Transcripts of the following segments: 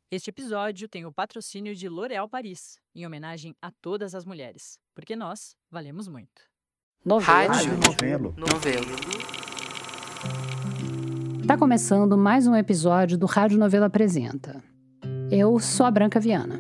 Este episódio tem o patrocínio de L'Oréal Paris, em homenagem a todas as mulheres, porque nós valemos muito. Rádio Novelo. Tá começando mais um episódio do Rádio Novelo Apresenta. Eu sou a Branca Viana.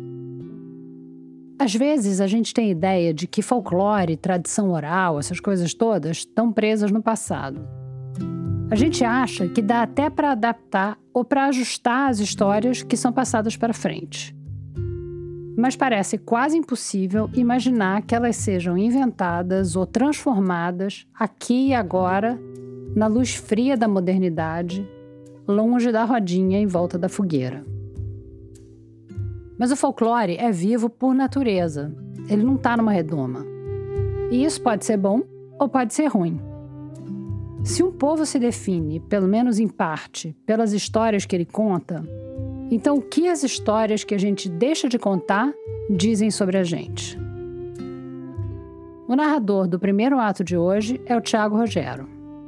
Às vezes a gente tem ideia de que folclore, tradição oral, essas coisas todas estão presas no passado. A gente acha que dá até para adaptar ou para ajustar as histórias que são passadas para frente. Mas parece quase impossível imaginar que elas sejam inventadas ou transformadas aqui e agora, na luz fria da modernidade, longe da rodinha em volta da fogueira. Mas o folclore é vivo por natureza. Ele não está numa redoma. E isso pode ser bom ou pode ser ruim. Se um povo se define, pelo menos em parte, pelas histórias que ele conta, então o que as histórias que a gente deixa de contar dizem sobre a gente? O narrador do primeiro ato de hoje é o Thiago Rogero.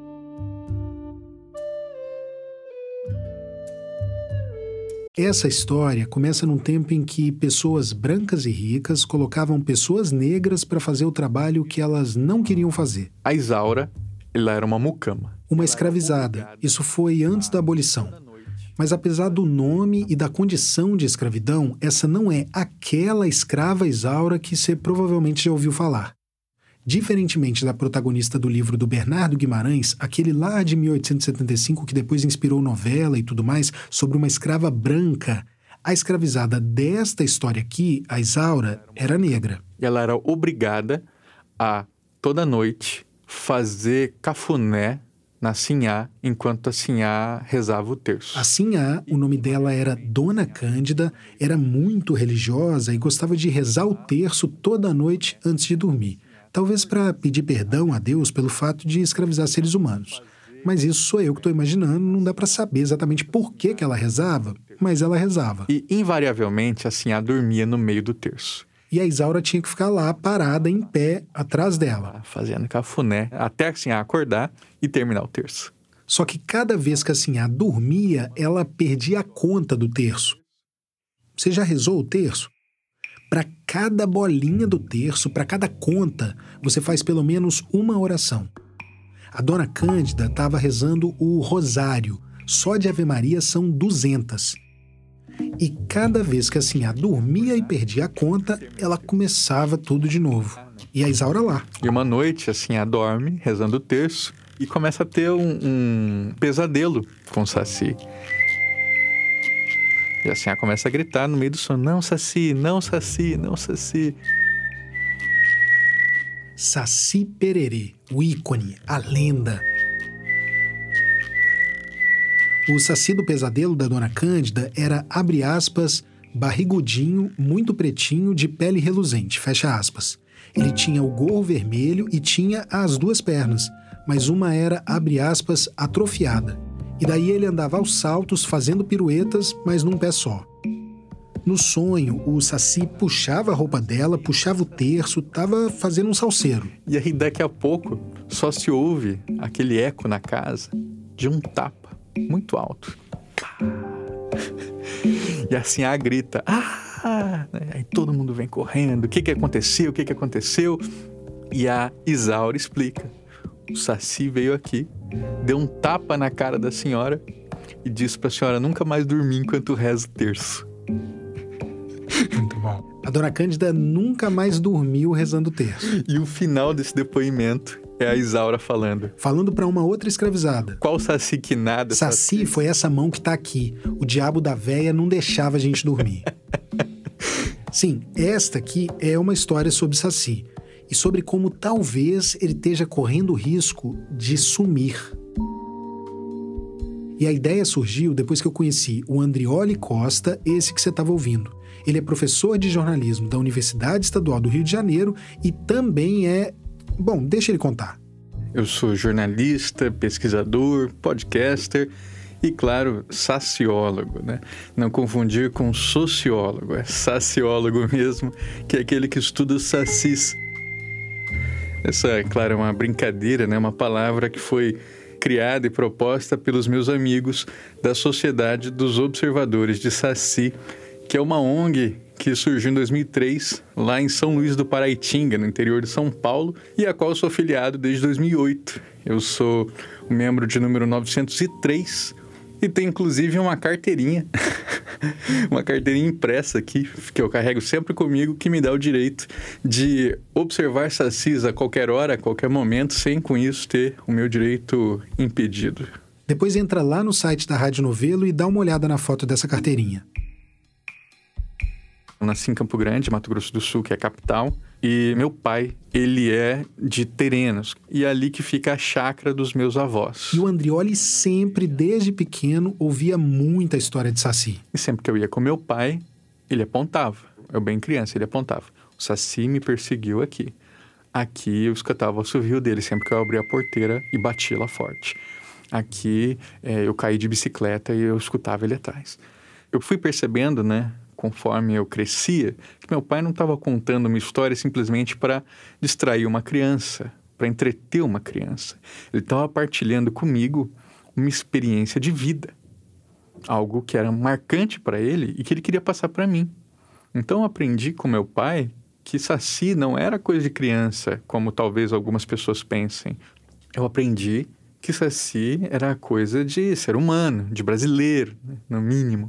Essa história começa num tempo em que pessoas brancas e ricas colocavam pessoas negras para fazer o trabalho que elas não queriam fazer. A Isaura, ela era uma mucama. Uma escravizada. Isso foi antes da abolição. Mas apesar do nome e da condição de escravidão, essa não é aquela escrava Isaura que você provavelmente já ouviu falar. Diferentemente da protagonista do livro do Bernardo Guimarães, aquele lá de 1875 que depois inspirou novela e tudo mais, sobre uma escrava branca, a escravizada desta história aqui, a Isaura, era negra. Ela era obrigada a, toda noite, fazer cafuné na Sinhá, enquanto a Sinhá rezava o terço. A Sinhá, o nome dela era Dona Cândida, era muito religiosa e gostava de rezar o terço toda noite antes de dormir. Talvez para pedir perdão a Deus pelo fato de escravizar seres humanos. Mas isso sou eu que estou imaginando, não dá para saber exatamente por que ela rezava, mas ela rezava. E, invariavelmente, a Sinhá dormia no meio do terço. E a Isaura tinha que ficar lá, parada, em pé, atrás dela. Fazendo cafuné, até a Sinhá acordar e terminar o terço. Só que cada vez que a Sinhá dormia, ela perdia a conta do terço. Você já rezou o terço? Para cada bolinha do terço, para cada conta, você faz pelo menos uma oração. A Dona Cândida estava rezando o rosário. Só de Ave Maria são 200. E cada vez que a Sinhá dormia e perdia a conta, ela começava tudo de novo. E a Isaura lá. E uma noite, a Sinhá dorme, rezando o terço, e começa a ter um pesadelo com o Saci. E a Sinhá começa a gritar no meio do sono: não, Saci, não, Saci, não, Saci. Saci Pererê, o ícone, a lenda. O Saci do pesadelo da Dona Cândida era, abre aspas, barrigudinho, muito pretinho, de pele reluzente, fecha aspas. Ele tinha o gorro vermelho e tinha as duas pernas, mas uma era, abre aspas, atrofiada. E daí ele andava aos saltos, fazendo piruetas, mas num pé só. No sonho, o Saci puxava a roupa dela, puxava o terço, tava fazendo um salseiro. E aí, daqui a pouco, só se ouve aquele eco na casa de um tapa muito alto. E assim a grita: ah! Aí todo mundo vem correndo. O que aconteceu? O que aconteceu? E a Isaura explica: o Saci veio aqui, deu um tapa na cara da senhora e disse pra senhora nunca mais dormir enquanto reza o terço. Muito bom. A Dona Cândida nunca mais dormiu rezando o terço. E o final desse depoimento é a Isaura falando. Falando para uma outra escravizada. Qual Saci que nada? Saci foi essa mão que tá aqui. O diabo da véia não deixava a gente dormir. Sim, esta aqui é uma história sobre Saci. E sobre como talvez ele esteja correndo o risco de sumir. E a ideia surgiu depois que eu conheci o Andrioli Costa, esse que você estava ouvindo. Ele é professor de jornalismo da Universidade Estadual do Rio de Janeiro e também é... Bom, deixa ele contar. Eu sou jornalista, pesquisador, podcaster e, claro, saciólogo, né? Não confundir com sociólogo, é saciólogo mesmo, que é aquele que estuda os sacis. Essa, claro, é uma brincadeira, né? Uma palavra que foi criada e proposta pelos meus amigos da Sociedade dos Observadores de Saci, que é uma ONG que surgiu em 2003, lá em São Luís do Paraitinga, no interior de São Paulo, e a qual eu sou afiliado desde 2008. Eu sou o membro de número 903 e tenho inclusive uma carteirinha, uma carteirinha impressa aqui, que eu carrego sempre comigo, que me dá o direito de observar sacis a qualquer hora, a qualquer momento, sem com isso ter o meu direito impedido. Depois entra lá no site da Rádio Novelo e dá uma olhada na foto dessa carteirinha. Eu nasci em Campo Grande, Mato Grosso do Sul, que é a capital, e meu pai, ele é de Terenos, e é ali que fica a chácara dos meus avós. E o Andrioli sempre, desde pequeno, ouvia muita história de saci. E sempre que eu ia com meu pai, ele apontava. Eu bem criança, ele apontava. O saci me perseguiu aqui. Aqui eu escutava o assovio dele sempre que eu abria a porteira e batia lá forte. Aqui eu caí de bicicleta e eu escutava ele atrás. Eu fui percebendo, né, conforme eu crescia, que meu pai não estava contando uma história simplesmente para distrair uma criança, para entreter uma criança. Ele estava partilhando comigo uma experiência de vida, algo que era marcante para ele e que ele queria passar para mim. Então eu aprendi com meu pai que saci não era coisa de criança, como talvez algumas pessoas pensem. Eu aprendi que saci era coisa de ser humano, de brasileiro, né, no mínimo.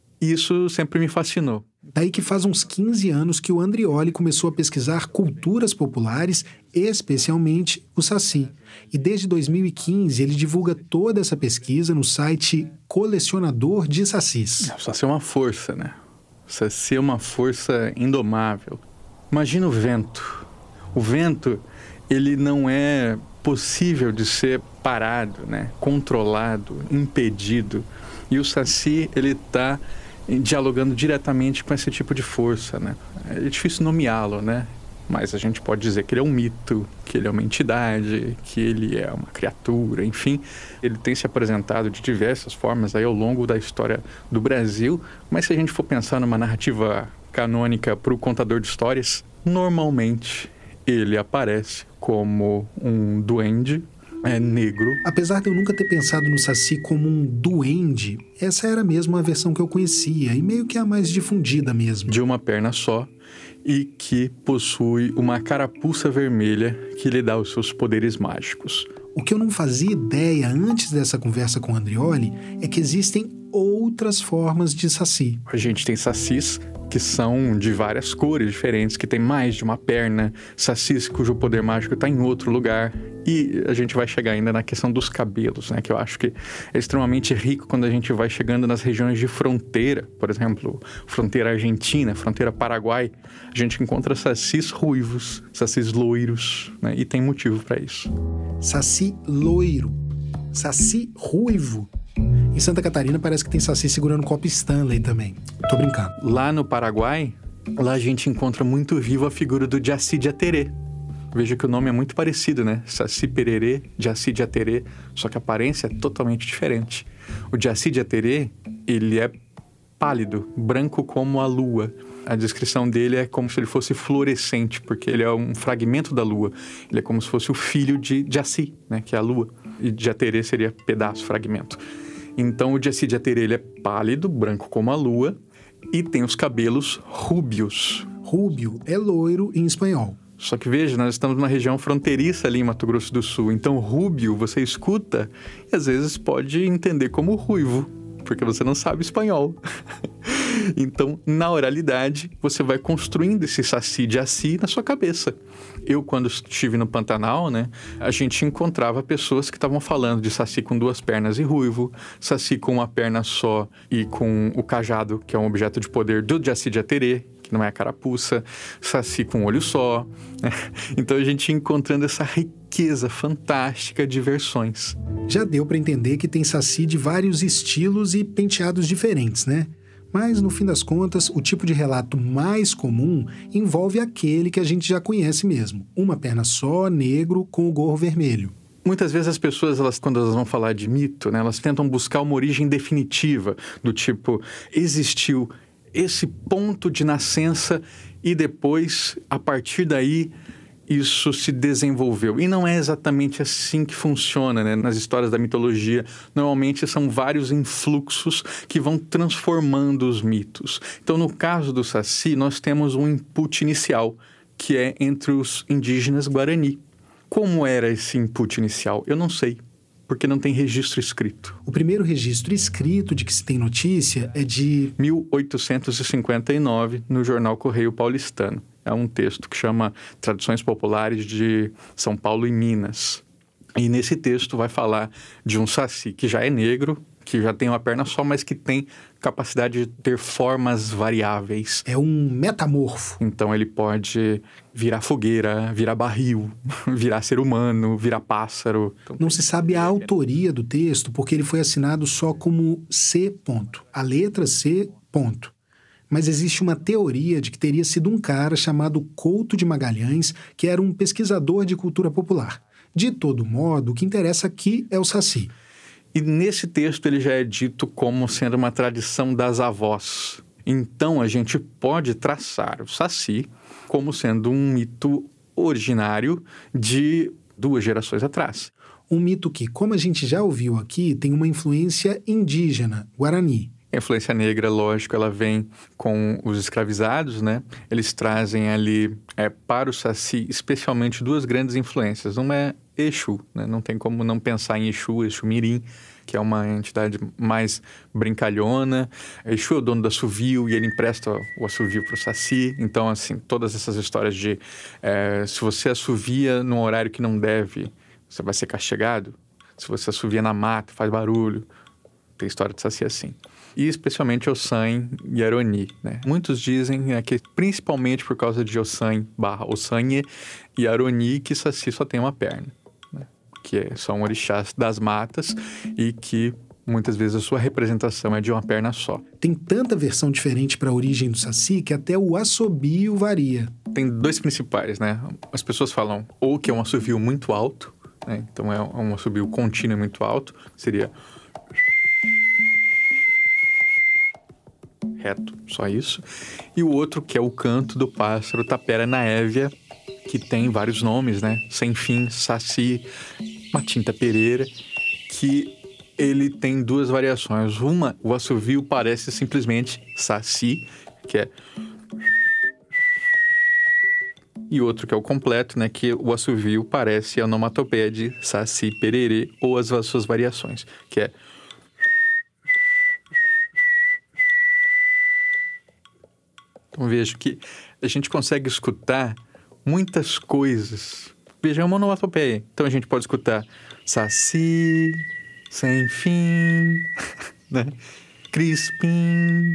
Isso sempre me fascinou. Daí que faz uns 15 anos que o Andrioli começou a pesquisar culturas populares, especialmente o saci. E desde 2015 ele divulga toda essa pesquisa no site Colecionador de Sacis. O saci é uma força, né? O saci é uma força indomável. Imagina o vento. O vento, ele não é possível de ser parado, né? Controlado, impedido. E o saci, ele está dialogando diretamente com esse tipo de força, né? É difícil nomeá-lo, né? Mas a gente pode dizer que ele é um mito, que ele é uma entidade, que ele é uma criatura, enfim. Ele tem se apresentado de diversas formas aí ao longo da história do Brasil, mas se a gente for pensar numa narrativa canônica para o contador de histórias, normalmente ele aparece como um duende negro. Apesar de eu nunca ter pensado no saci como um duende, essa era mesmo a versão que eu conhecia e meio que a mais difundida mesmo. De uma perna só e que possui uma carapuça vermelha que lhe dá os seus poderes mágicos. O que eu não fazia ideia antes dessa conversa com o Andrioli é que existem outras formas de saci. A gente tem sacis que são de várias cores diferentes, que tem mais de uma perna, sacis cujo poder mágico está em outro lugar. E a gente vai chegar ainda na questão dos cabelos, né? Que eu acho que é extremamente rico quando a gente vai chegando nas regiões de fronteira. Por exemplo, fronteira argentina, fronteira paraguai. A gente encontra sacis ruivos, sacis loiros, né? E tem motivo para isso. Saci loiro, saci ruivo. Em Santa Catarina parece que tem saci segurando um copo Stanley também. Tô brincando. Lá no Paraguai, lá a gente encontra muito vivo a figura do Jaci de Aterê. Veja que o nome é muito parecido, né? Saci pererê, Jaci de Aterê, só que a aparência é totalmente diferente. O Jaci de Aterê, ele é pálido, branco como a lua. A descrição dele é como se ele fosse fluorescente, porque ele é um fragmento da lua. Ele é como se fosse o filho de Jaci, né? Que é a lua. E de Aterê seria pedaço, fragmento. Então o Jaci de Aterê, ele é pálido, branco como a lua, e tem os cabelos rúbios. Rúbio é loiro em espanhol. Só que veja, nós estamos numa região fronteiriça ali em Mato Grosso do Sul. Então, rúbio, você escuta e às vezes pode entender como ruivo, porque você não sabe espanhol. Então, na oralidade, você vai construindo esse saci de Jaci na sua cabeça. Eu, quando estive no Pantanal, né, a gente encontrava pessoas que estavam falando de saci com duas pernas e ruivo, saci com uma perna só e com o cajado, que é um objeto de poder do Jaci de Aterê, que não é a carapuça, saci com um olho só. Né? Então a gente ia encontrando essa riqueza fantástica de versões. Já deu para entender que tem saci de vários estilos e penteados diferentes, né? Mas, no fim das contas, o tipo de relato mais comum envolve aquele que a gente já conhece mesmo. Uma perna só, negro, com o gorro vermelho. Muitas vezes as pessoas, quando elas vão falar de mito, né, elas tentam buscar uma origem definitiva, do tipo, existiu esse ponto de nascença e depois, a partir daí, isso se desenvolveu. E não é exatamente assim que funciona, né? Nas histórias da mitologia, normalmente são vários influxos que vão transformando os mitos. Então, no caso do Saci, nós temos um input inicial, que é entre os indígenas Guarani. Como era esse input inicial? Eu não sei, porque não tem registro escrito. O primeiro registro escrito de que se tem notícia é de 1859, no jornal Correio Paulistano. É um texto que chama Tradições Populares de São Paulo e Minas. E nesse texto vai falar de um saci que já é negro, que já tem uma perna só, mas que tem capacidade de ter formas variáveis. É um metamorfo. Então ele pode virar fogueira, virar barril, virar ser humano, virar pássaro. Não se sabe a autoria do texto, porque ele foi assinado só como C. A letra C. Mas existe uma teoria de que teria sido um cara chamado Couto de Magalhães, que era um pesquisador de cultura popular. De todo modo, o que interessa aqui é o Saci. E nesse texto ele já é dito como sendo uma tradição das avós. Então a gente pode traçar o Saci como sendo um mito originário de 2 gerações atrás. Um mito que, como a gente já ouviu aqui, tem uma influência indígena, Guarani. A influência negra, lógico, ela vem com os escravizados, né? Eles trazem ali para o Saci, especialmente 2 grandes influências. Uma é Exu, né? Não tem como não pensar em Exu Mirim, que é uma entidade mais brincalhona. Exu é o dono do assovio e ele empresta o assovio para o Saci. Então, assim, todas essas histórias de se você assovia num horário que não deve, você vai ser castigado. Se você assovia na mata, faz barulho. Tem história de Saci assim. E especialmente Ossanhe e Aroni, né? Muitos dizem que principalmente por causa de Ossanhe e Aroni que Saci só tem uma perna, né? Que são orixás das matas e que muitas vezes a sua representação é de uma perna só. Tem tanta versão diferente para a origem do Saci que até o assobio varia. Tem 2 principais, né? As pessoas falam ou que é um assovio muito alto, né? Então é um assobio contínuo muito alto, seria reto, só isso. E o outro que é o canto do pássaro Tapera naévia, que tem vários nomes, né? Sem fim, Saci, Matinta Pereira, que ele tem 2 variações. Uma, o assovio parece simplesmente Saci, que é... E outro que é o completo, né? Que o assovio parece a onomatopeia de Saci Pererê ou as suas variações, que é... Então, vejo que a gente consegue escutar muitas coisas. Veja, é uma onomatopeia. Então, a gente pode escutar Saci, sem fim, né? Crispim.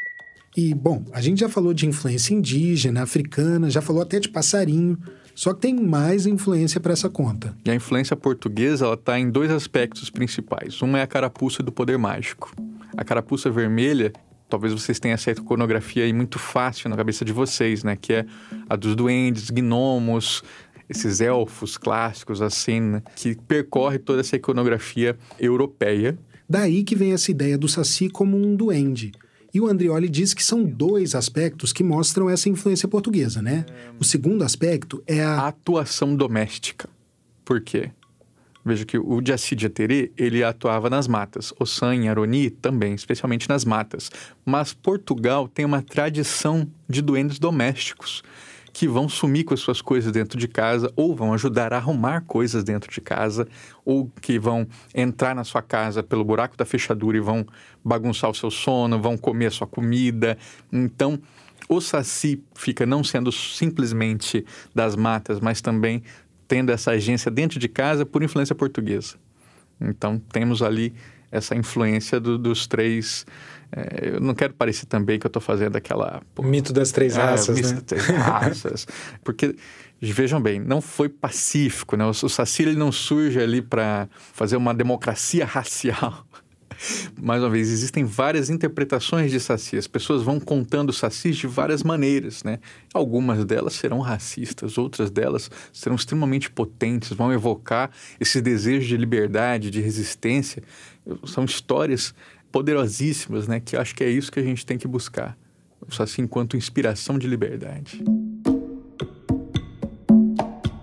E, bom, a gente já falou de influência indígena, africana, já falou até de passarinho, só que tem mais influência para essa conta. E a influência portuguesa, ela está em 2 aspectos principais. Uma é a carapuça do poder mágico. A carapuça vermelha... Talvez vocês tenham essa iconografia aí muito fácil na cabeça de vocês, né? Que é a dos duendes, gnomos, esses elfos clássicos, assim, né? Que percorre toda essa iconografia europeia. Daí que vem essa ideia do Saci como um duende. E o Andreoli diz que são 2 aspectos que mostram essa influência portuguesa, né? O segundo aspecto é a atuação doméstica. Por quê? Veja que o Jaci de Aterê, ele atuava nas matas. Ossanhe e Aroni também, especialmente nas matas. Mas Portugal tem uma tradição de duendes domésticos que vão sumir com as suas coisas dentro de casa ou vão ajudar a arrumar coisas dentro de casa ou que vão entrar na sua casa pelo buraco da fechadura e vão bagunçar o seu sono, vão comer a sua comida. Então, o Saci fica não sendo simplesmente das matas, mas também tendo essa agência dentro de casa por influência portuguesa. Então, temos ali essa influência dos 3... eu não quero parecer também que eu estou fazendo aquela... mito das 3 raças, mito né? das 3 raças. Porque, vejam bem, não foi pacífico, né? O Saci ele não surge ali para fazer uma democracia racial. Mais uma vez, existem várias interpretações de Saci. As pessoas vão contando Sacis de várias maneiras, né? Algumas delas serão racistas, outras delas serão extremamente potentes, vão evocar esse desejo de liberdade, de resistência. São histórias poderosíssimas, né? Que acho que é isso que a gente tem que buscar. O Saci enquanto inspiração de liberdade.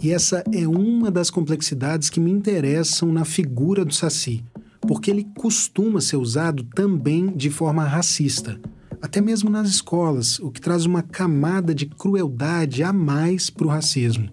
E essa é uma das complexidades que me interessam na figura do Saci, porque ele costuma ser usado também de forma racista, até mesmo nas escolas, o que traz uma camada de crueldade a mais para o racismo.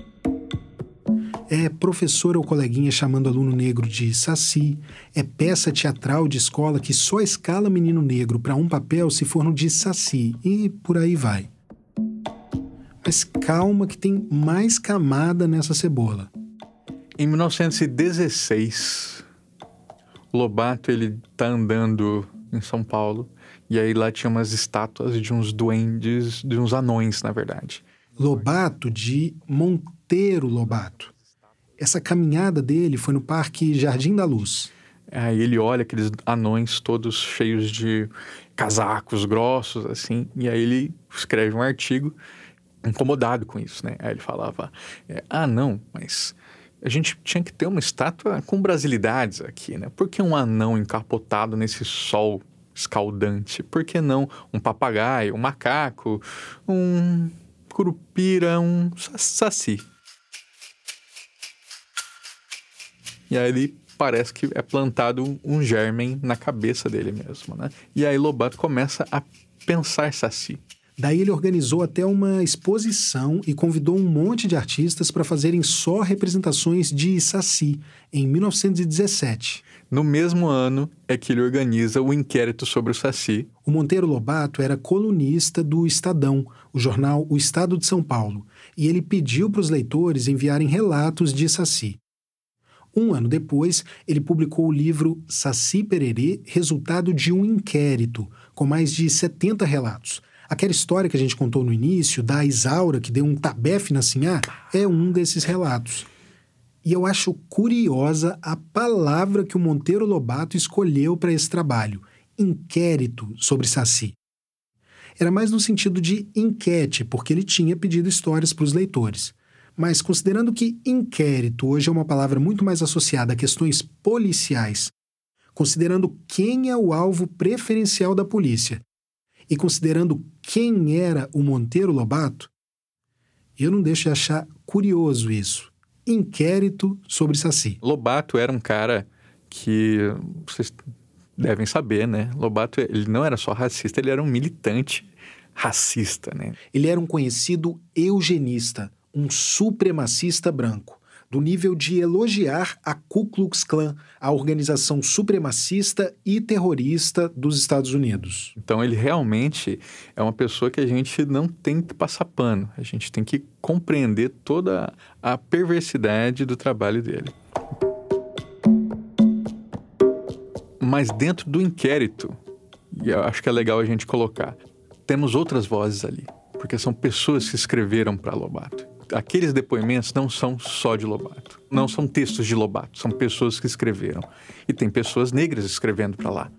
É professor ou coleguinha chamando aluno negro de Saci, é peça teatral de escola que só escala menino negro para um papel se for no de Saci, e por aí vai. Mas calma que tem mais camada nessa cebola. Em 1916, Lobato ele tá andando em São Paulo e aí lá tinha umas estátuas de uns duendes, de uns anões, na verdade. Lobato de Monteiro Lobato. Essa caminhada dele foi no Parque Jardim da Luz. Aí ele olha aqueles anões todos cheios de casacos grossos, assim, e aí ele escreve um artigo incomodado com isso, né? Aí ele falava, não, mas a gente tinha que ter uma estátua com brasilidades aqui, né? Por que um anão encapotado nesse sol escaldante? Por que não um papagaio, um macaco, um curupira, um saci? E aí ele parece que é plantado um germen na cabeça dele mesmo, né? E aí Lobato começa a pensar Saci. Daí ele organizou até uma exposição e convidou um monte de artistas para fazerem só representações de Saci, em 1917. No mesmo ano é que ele organiza o inquérito sobre o Saci. O Monteiro Lobato era colunista do Estadão, o jornal O Estado de São Paulo, e ele pediu para os leitores enviarem relatos de Saci. Um ano depois, ele publicou o livro Saci Pererê, resultado de um inquérito, com mais de 70 relatos. Aquela história que a gente contou no início, da Isaura que deu um tabefe na Sinhá, é um desses relatos. E eu acho curiosa a palavra que o Monteiro Lobato escolheu para esse trabalho, inquérito sobre Saci. Era mais no sentido de enquete, porque ele tinha pedido histórias para os leitores. Mas considerando que inquérito hoje é uma palavra muito mais associada a questões policiais, considerando quem é o alvo preferencial da polícia e considerando quem era o Monteiro Lobato, eu não deixo de achar curioso isso. Inquérito sobre Saci. Lobato era um cara que vocês devem saber, né? Lobato, ele não era só racista, ele era um militante racista, né? Ele era um conhecido eugenista, um supremacista branco, do nível de elogiar a Ku Klux Klan, a organização supremacista e terrorista dos Estados Unidos. Então ele realmente é uma pessoa que a gente não tem que passar pano, a gente tem que compreender toda a perversidade do trabalho dele. Mas dentro do inquérito, e eu acho que é legal a gente colocar, temos outras vozes ali, porque são pessoas que escreveram para Lobato. Aqueles depoimentos não são só de Lobato, não são textos de Lobato, são pessoas que escreveram. E tem pessoas negras escrevendo para lá.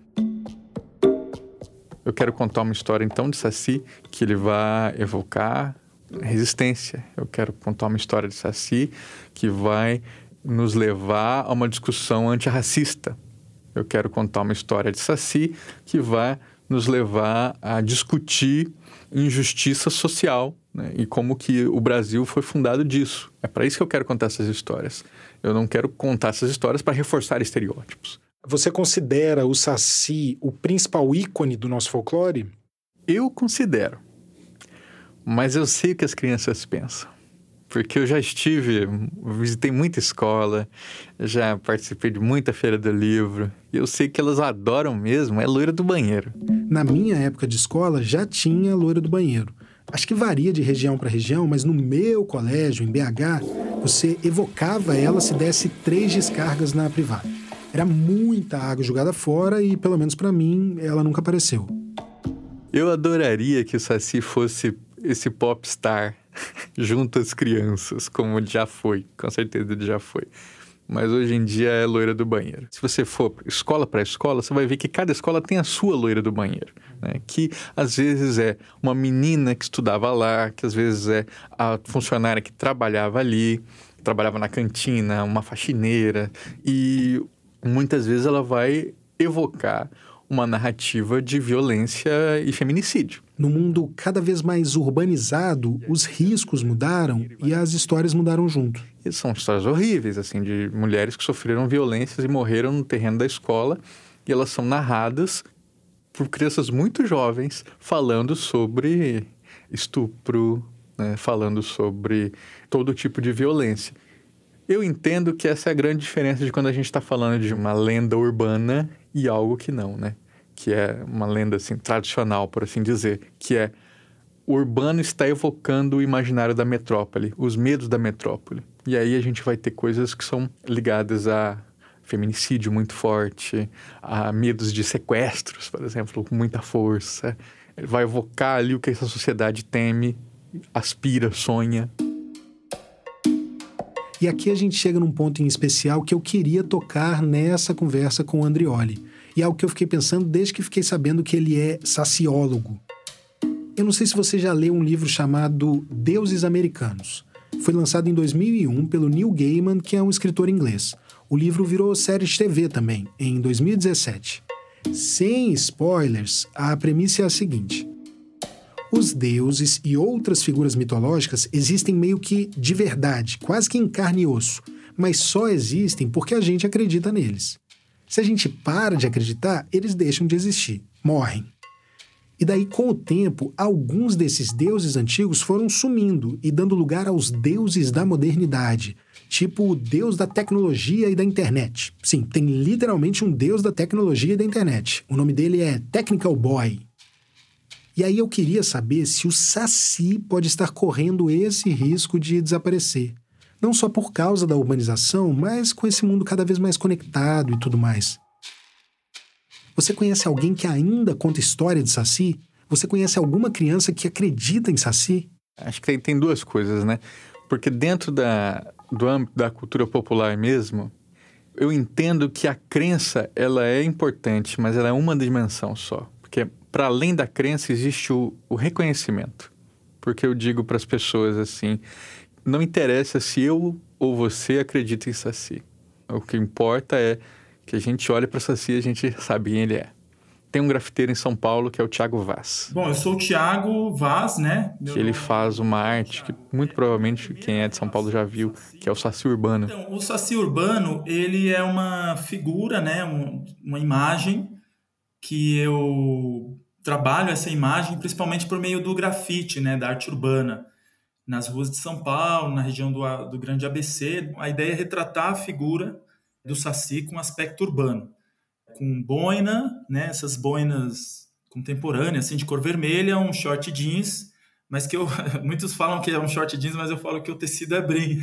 Eu quero contar uma história, então, de Saci, que ele vai evocar resistência. Eu quero contar uma história de Saci que vai nos levar a uma discussão antirracista. Eu quero contar uma história de Saci que vai nos levar a discutir injustiça social, né? E como que o Brasil foi fundado disso. É para isso que eu quero contar essas histórias. Eu não quero contar essas histórias para reforçar estereótipos. Você considera o Saci o principal ícone do nosso folclore? Eu considero. Mas eu sei o que as crianças pensam. Porque eu já visitei muita escola, já participei de muita feira do livro, e eu sei que elas adoram mesmo, é loira do banheiro. Na minha época de escola já tinha loira do banheiro. Acho que varia de região para região, mas no meu colégio, em BH, você evocava ela se desse 3 descargas na privada. Era muita água jogada fora e, pelo menos para mim, ela nunca apareceu. Eu adoraria que o Saci fosse esse popstar junto às crianças, como ele já foi. Com certeza ele já foi. Mas hoje em dia é loira do banheiro. Se você for escola para escola, você vai ver que cada escola tem a sua loira do banheiro, né? Que às vezes é uma menina que estudava lá, que às vezes é a funcionária que trabalhava ali, trabalhava na cantina, uma faxineira. E muitas vezes ela vai evocar uma narrativa de violência e feminicídio. No mundo cada vez mais urbanizado, os riscos mudaram e as histórias mudaram junto. E são histórias horríveis, assim, de mulheres que sofreram violências e morreram no terreno da escola, e elas são narradas por crianças muito jovens falando sobre estupro, né, falando sobre todo tipo de violência. Eu entendo que essa é a grande diferença de quando a gente está falando de uma lenda urbana e algo que não, né? Que é uma lenda assim, tradicional, por assim dizer, que é o urbano está evocando o imaginário da metrópole, os medos da metrópole. E aí a gente vai ter coisas que são ligadas a feminicídio muito forte, a medos de sequestros, por exemplo, com muita força. Ele vai evocar ali o que essa sociedade teme, aspira, sonha. E aqui a gente chega num ponto em especial que eu queria tocar nessa conversa com o Andrioli. E é algo que eu fiquei pensando desde que fiquei sabendo que ele é saciólogo. Eu não sei se você já leu um livro chamado Deuses Americanos. Foi lançado em 2001 pelo Neil Gaiman, que é um escritor inglês. O livro virou série de TV também, em 2017. Sem spoilers, a premissa é a seguinte: os deuses e outras figuras mitológicas existem meio que de verdade, quase que em carne e osso, mas só existem porque a gente acredita neles. Se a gente para de acreditar, eles deixam de existir, morrem. E daí, com o tempo, alguns desses deuses antigos foram sumindo e dando lugar aos deuses da modernidade, tipo o deus da tecnologia e da internet. Sim, tem literalmente um deus da tecnologia e da internet. O nome dele é Technical Boy. E aí eu queria saber se o Saci pode estar correndo esse risco de desaparecer. Não só por causa da urbanização, mas com esse mundo cada vez mais conectado e tudo mais. Você conhece alguém que ainda conta história de Saci? Você conhece alguma criança que acredita em Saci? Acho que tem duas coisas, né? Porque dentro do âmbito da cultura popular mesmo, eu entendo que a crença, ela é importante, mas ela é uma dimensão só. Porque para além da crença existe o reconhecimento. Porque eu digo para as pessoas assim, não interessa se eu ou você acredita em Saci. O que importa é que a gente olha para Saci e a gente sabe quem ele é. Tem um grafiteiro em São Paulo que é o Thiago Vaz. Bom, eu sou o Thiago Vaz, né? Que ele faz uma arte que muito provavelmente quem é de São Paulo já viu, que é o Saci Urbano. Então, o Saci Urbano, ele é uma figura, né? Uma imagem que eu trabalho essa imagem principalmente por meio do grafite, né? Da arte urbana. Nas ruas de São Paulo, na região do Grande ABC. A ideia é retratar a figura do Saci com aspecto urbano. Com boina, né? Essas boinas contemporâneas, assim, de cor vermelha, um short jeans, mas que muitos falam que é um short jeans, mas eu falo que o tecido é brim.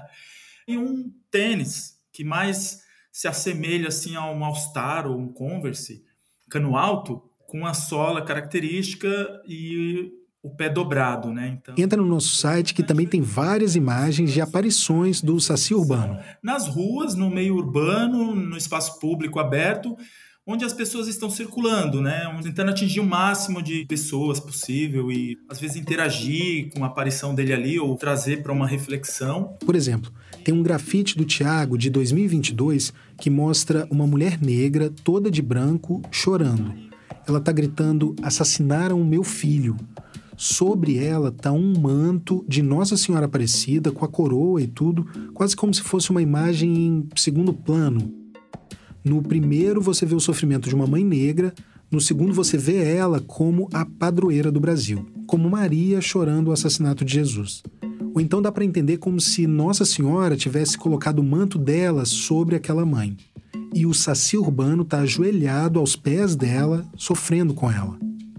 E um tênis que mais se assemelha assim, a um All-Star ou um Converse, cano alto, com a sola característica e o pé dobrado, né? Então, entra no nosso site que também tem várias imagens de aparições do Saci Urbano. Nas ruas, no meio urbano, no espaço público aberto, onde as pessoas estão circulando, né? Tentando atingir o máximo de pessoas possível e, às vezes, interagir com a aparição dele ali ou trazer para uma reflexão. Por exemplo, tem um grafite do Thiago, de 2022, que mostra uma mulher negra, toda de branco, chorando. Ela está gritando: assassinaram o meu filho. Sobre ela está um manto de Nossa Senhora Aparecida, com a coroa e tudo, quase como se fosse uma imagem em segundo plano. No primeiro você vê o sofrimento de uma mãe negra, no segundo você vê ela como a padroeira do Brasil, como Maria chorando o assassinato de Jesus. Ou então dá para entender como se Nossa Senhora tivesse colocado o manto dela sobre aquela mãe. E o Saci Urbano está ajoelhado aos pés dela, sofrendo com ela.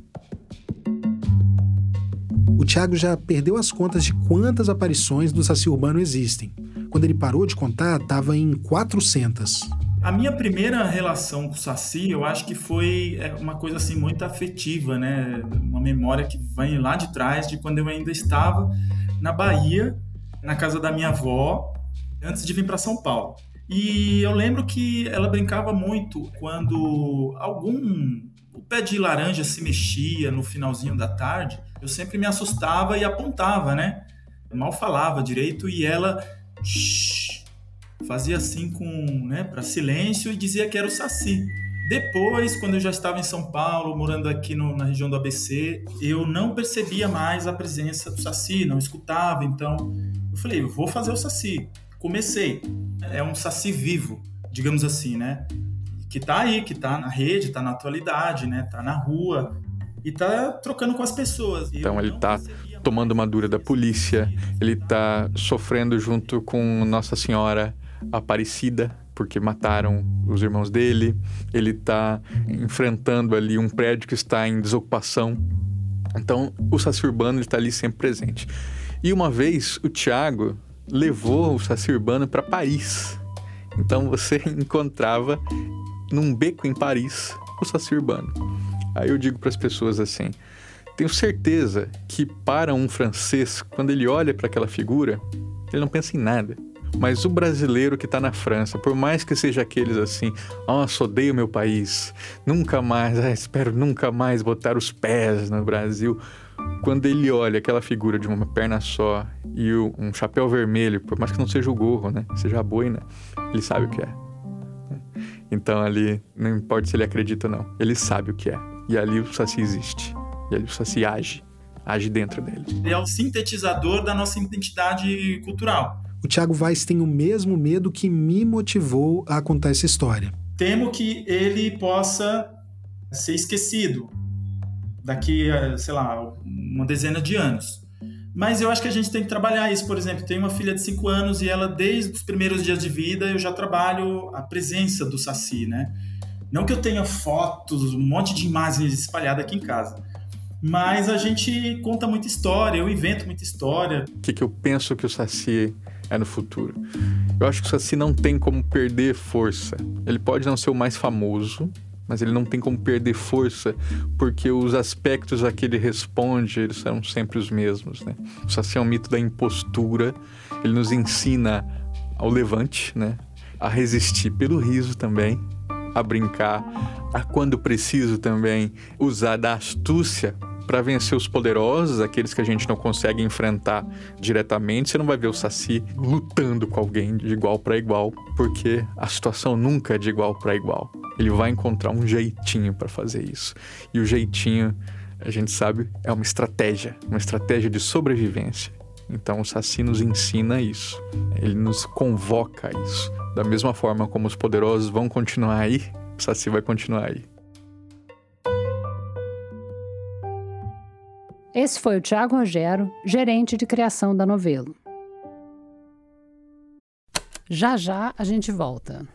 O Thiago já perdeu as contas de quantas aparições do Saci Urbano existem. Quando ele parou de contar, estava em 400. A minha primeira relação com o Saci, eu acho que foi uma coisa assim muito afetiva, né? Uma memória que vem lá de trás, de quando eu ainda estava na Bahia, na casa da minha avó, antes de vir para São Paulo. E eu lembro que ela brincava muito quando o pé de laranja se mexia no finalzinho da tarde. Eu sempre me assustava e apontava, né? Eu mal falava direito e ela fazia assim para silêncio e dizia que era o Saci. Depois, quando eu já estava em São Paulo, morando aqui na região do ABC, eu não percebia mais a presença do Saci, não escutava. Então, eu falei, eu vou fazer o Saci. Comecei. É um Saci vivo, digamos assim, né? Que tá aí, que tá na rede, tá na atualidade, né? Tá na rua e tá trocando com as pessoas. Então ele tá tomando uma dura da polícia, ele tá sofrendo junto com Nossa Senhora Aparecida, porque mataram os irmãos dele, ele tá enfrentando ali um prédio que está em desocupação. Então o Saci Urbano está ali sempre presente. E uma vez o Thiago levou o Saci Urbano para Paris. Então você encontrava num beco em Paris o Saci Urbano. Aí eu digo para as pessoas assim, tenho certeza que para um francês, quando ele olha para aquela figura, ele não pensa em nada. Mas o brasileiro que está na França, por mais que seja aqueles assim, nossa, odeio meu país, nunca mais, espero nunca mais botar os pés no Brasil. Quando ele olha aquela figura de uma perna só e um chapéu vermelho, por mais que não seja o gorro, né, seja a boina, ele sabe o que é. Então ali, não importa se ele acredita ou não, ele sabe o que é. E ali o Saci existe. E ali o Saci age dentro dele. Ele é o sintetizador da nossa identidade cultural. O Thiago Vaz tem o mesmo medo que me motivou a contar essa história. Temo que ele possa ser esquecido daqui a, sei lá, uma dezena de anos. Mas eu acho que a gente tem que trabalhar isso. Por exemplo, tenho uma filha de 5 anos e ela, desde os primeiros dias de vida, eu já trabalho a presença do Saci, né? Não que eu tenha fotos, um monte de imagens espalhadas aqui em casa. Mas a gente conta muita história, eu invento muita história. O que eu penso que o Saci é no futuro? Eu acho que o Saci não tem como perder força. Ele pode não ser o mais famoso, mas ele não tem como perder força, porque os aspectos a que ele responde, eles são sempre os mesmos, né? O Saci é um mito da impostura, ele nos ensina ao levante, né? A resistir pelo riso também, a brincar, a quando preciso também usar da astúcia para vencer os poderosos, aqueles que a gente não consegue enfrentar diretamente. Você não vai ver o Saci lutando com alguém de igual para igual, porque a situação nunca é de igual para igual. Ele vai encontrar um jeitinho para fazer isso. E o jeitinho, a gente sabe, é uma estratégia de sobrevivência. Então o Saci nos ensina isso, ele nos convoca a isso. Da mesma forma como os poderosos vão continuar aí, o Saci vai continuar aí. Esse foi o Thiago Rogero, gerente de criação da Novelo. Já a gente volta.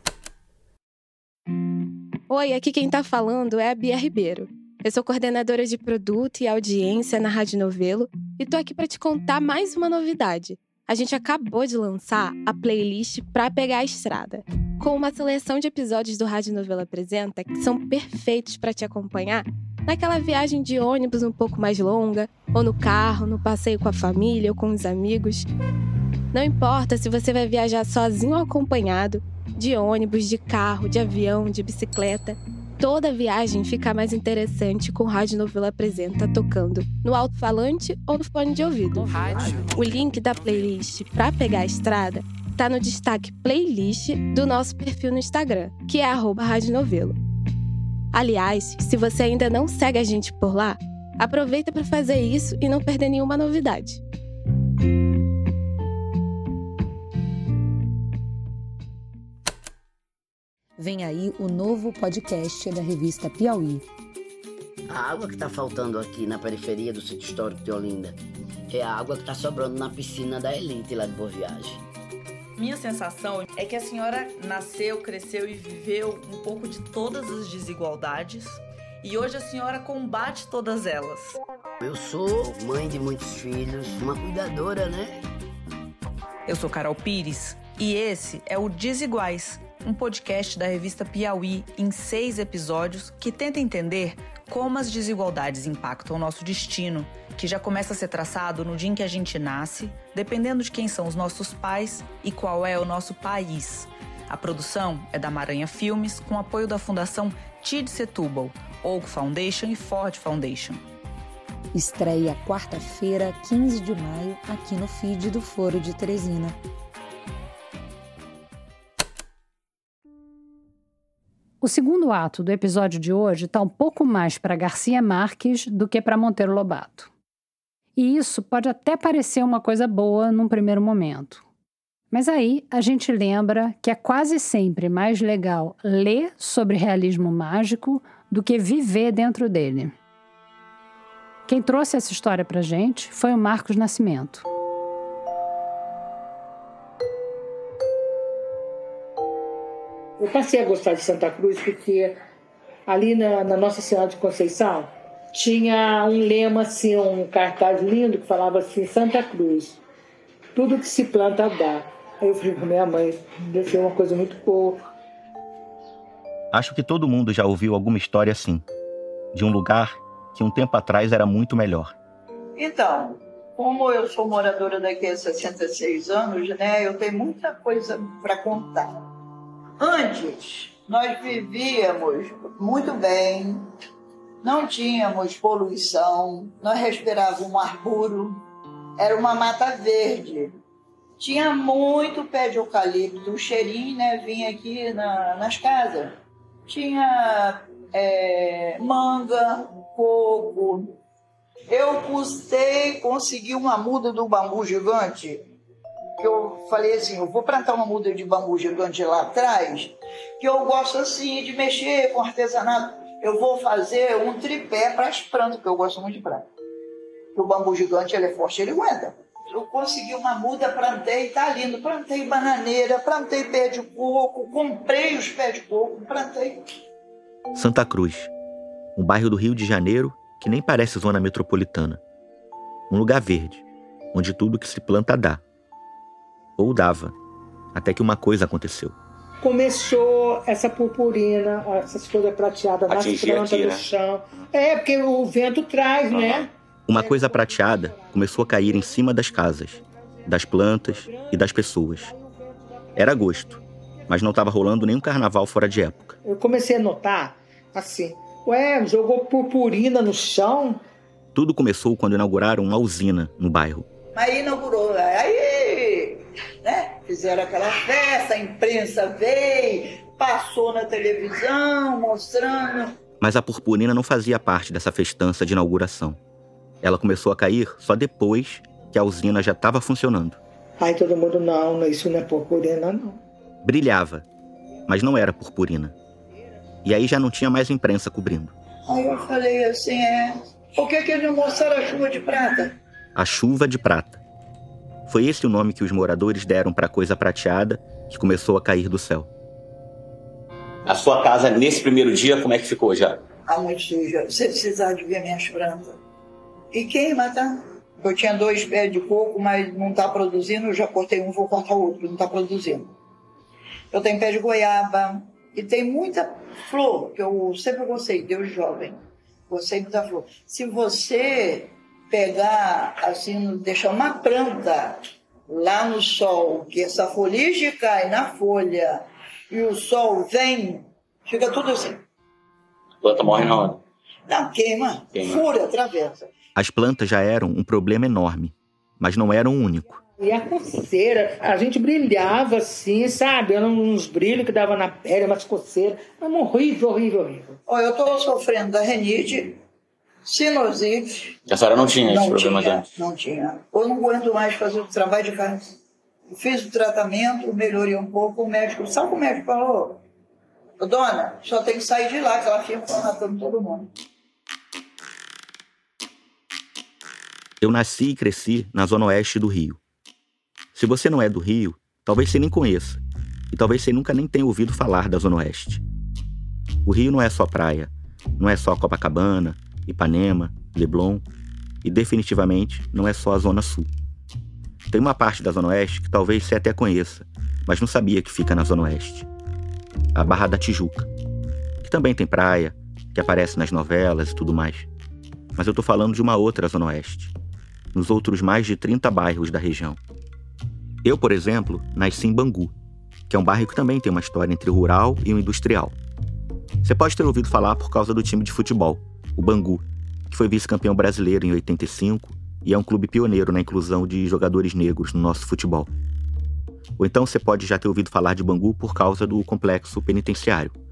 Oi, aqui quem tá falando é a Bia Ribeiro. Eu sou coordenadora de produto e audiência na Rádio Novelo e tô aqui para te contar mais uma novidade. A gente acabou de lançar a playlist Pra Pegar a Estrada, com uma seleção de episódios do Rádio Novelo Apresenta que são perfeitos para te acompanhar naquela viagem de ônibus um pouco mais longa, ou no carro, no passeio com a família ou com os amigos. Não importa se você vai viajar sozinho ou acompanhado, de ônibus, de carro, de avião, de bicicleta, toda viagem fica mais interessante com o Rádio Novelo Apresenta tocando no alto-falante ou no fone de ouvido. O link da playlist Pra Pegar a Estrada tá no destaque playlist do nosso perfil no Instagram, que é @Rádio Novelo. Aliás, se você ainda não segue a gente por lá, aproveita para fazer isso e não perder nenhuma novidade. Vem aí o novo podcast da revista Piauí. A água que está faltando aqui na periferia do Sítio Histórico de Olinda é a água que está sobrando na piscina da Elite lá de Boa Viagem. Minha sensação é que a senhora nasceu, cresceu e viveu um pouco de todas as desigualdades e hoje a senhora combate todas elas. Eu sou mãe de muitos filhos, uma cuidadora, né? Eu sou Carol Pires e esse é o Desiguais, um podcast da revista Piauí em 6 episódios que tenta entender como as desigualdades impactam o nosso destino, que já começa a ser traçado no dia em que a gente nasce, dependendo de quem são os nossos pais e qual é o nosso país. A produção é da Maranha Filmes, com apoio da Fundação TID Setúbal, Oak Foundation e Ford Foundation. Estreia quarta-feira, 15 de maio, aqui no feed do Foro de Teresina. O segundo ato do episódio de hoje está um pouco mais para Garcia Marques do que para Monteiro Lobato. E isso pode até parecer uma coisa boa num primeiro momento. Mas aí a gente lembra que é quase sempre mais legal ler sobre realismo mágico do que viver dentro dele. Quem trouxe essa história pra gente foi o Marcos Nascimento. Eu passei a gostar de Santa Cruz porque ali na Nossa Senhora de Conceição tinha um lema, assim, um cartaz lindo que falava assim: Santa Cruz, tudo que se planta dá. Aí eu falei pra minha mãe, deve ser uma coisa muito boa. Acho que todo mundo já ouviu alguma história assim, de um lugar que um tempo atrás era muito melhor. Então, como eu sou moradora daqui há 66 anos, né, eu tenho muita coisa para contar. Antes, nós vivíamos muito bem, não tínhamos poluição, nós respirávamos um ar puro, era uma mata verde. Tinha muito pé de eucalipto, o cheirinho, né, vinha aqui nas casas. Tinha manga, coco. Eu consegui uma muda do bambu gigante. Que eu falei assim, eu vou plantar uma muda de bambu gigante lá atrás, que eu gosto assim de mexer com artesanato. Eu vou fazer um tripé para as plantas, porque eu gosto muito de planta. O bambu gigante, ele é forte, ele aguenta. Eu consegui uma muda, plantei, tá lindo. Plantei bananeira, plantei pé de coco, comprei os pés de coco, plantei. Santa Cruz, um bairro do Rio de Janeiro que nem parece zona metropolitana. Um lugar verde, onde tudo que se planta dá. Ou dava, até que uma coisa aconteceu. Começou essa purpurina, essas coisas prateadas nas plantas do chão. Porque o vento traz, né? Uma coisa prateada começou a cair em cima das casas, das plantas e das pessoas. Era agosto, mas não estava rolando nenhum carnaval fora de época. Eu comecei a notar, assim, jogou purpurina no chão. Tudo começou quando inauguraram uma usina no bairro. Aí inaugurou, né? Fizeram aquela festa, a imprensa veio, passou na televisão, mostrando. Mas a purpurina não fazia parte dessa festança de inauguração. Ela começou a cair só depois que a usina já estava funcionando. Aí todo mundo, não, isso não é purpurina, não. Brilhava, mas não era purpurina. E aí já não tinha mais imprensa cobrindo. Aí eu falei assim, por que eles não mostraram a chuva de prata? A chuva de prata. Foi esse o nome que os moradores deram para a coisa prateada que começou a cair do céu. A sua casa, nesse primeiro dia, como é que ficou já? Muito suja. Você precisava de ver minhas plantas. E queima, tá? Eu tinha 2 pés de coco, mas não está produzindo. Eu já cortei um, vou cortar outro, não está produzindo. Eu tenho pé de goiaba. E tem muita flor, que eu sempre gostei, Deus jovem. Gostei muita flor. Se você pegar, assim, deixar uma planta lá no sol, que essa folhagem cai na folha e o sol vem, fica tudo assim. A planta morre na hora? Não, queima. Fura, atravessa. As plantas já eram um problema enorme, mas não eram o único. E a coceira, a gente brilhava assim, sabe? Eram uns brilhos que dava na pele, umas coceiras. Era horrível, horrível, horrível. Eu estou sofrendo da renite, sinusite. A senhora não tinha esse problema antes? Não tinha. Eu não aguento mais fazer o trabalho de casa. Fiz o tratamento, melhorei um pouco. O médico, sabe o que o médico falou? Dona, só tem que sair de lá, que ela fica matando todo mundo. Eu nasci e cresci na zona oeste do Rio. Se você não é do Rio, talvez você nem conheça. E talvez você nunca nem tenha ouvido falar da zona oeste. O Rio não é só praia, não é só Copacabana, Ipanema, Leblon, e definitivamente não é só a zona sul. Tem uma parte da zona oeste que talvez você até conheça, mas não sabia que fica na zona oeste. A Barra da Tijuca, que também tem praia, que aparece nas novelas e tudo mais. Mas eu tô falando de uma outra zona oeste, nos outros mais de 30 bairros da região. Eu, por exemplo, nasci em Bangu, que é um bairro que também tem uma história entre o rural e o industrial. Você pode ter ouvido falar por causa do time de futebol, o Bangu, que foi vice-campeão brasileiro em 85 e é um clube pioneiro na inclusão de jogadores negros no nosso futebol. Ou então você pode já ter ouvido falar de Bangu por causa do complexo penitenciário,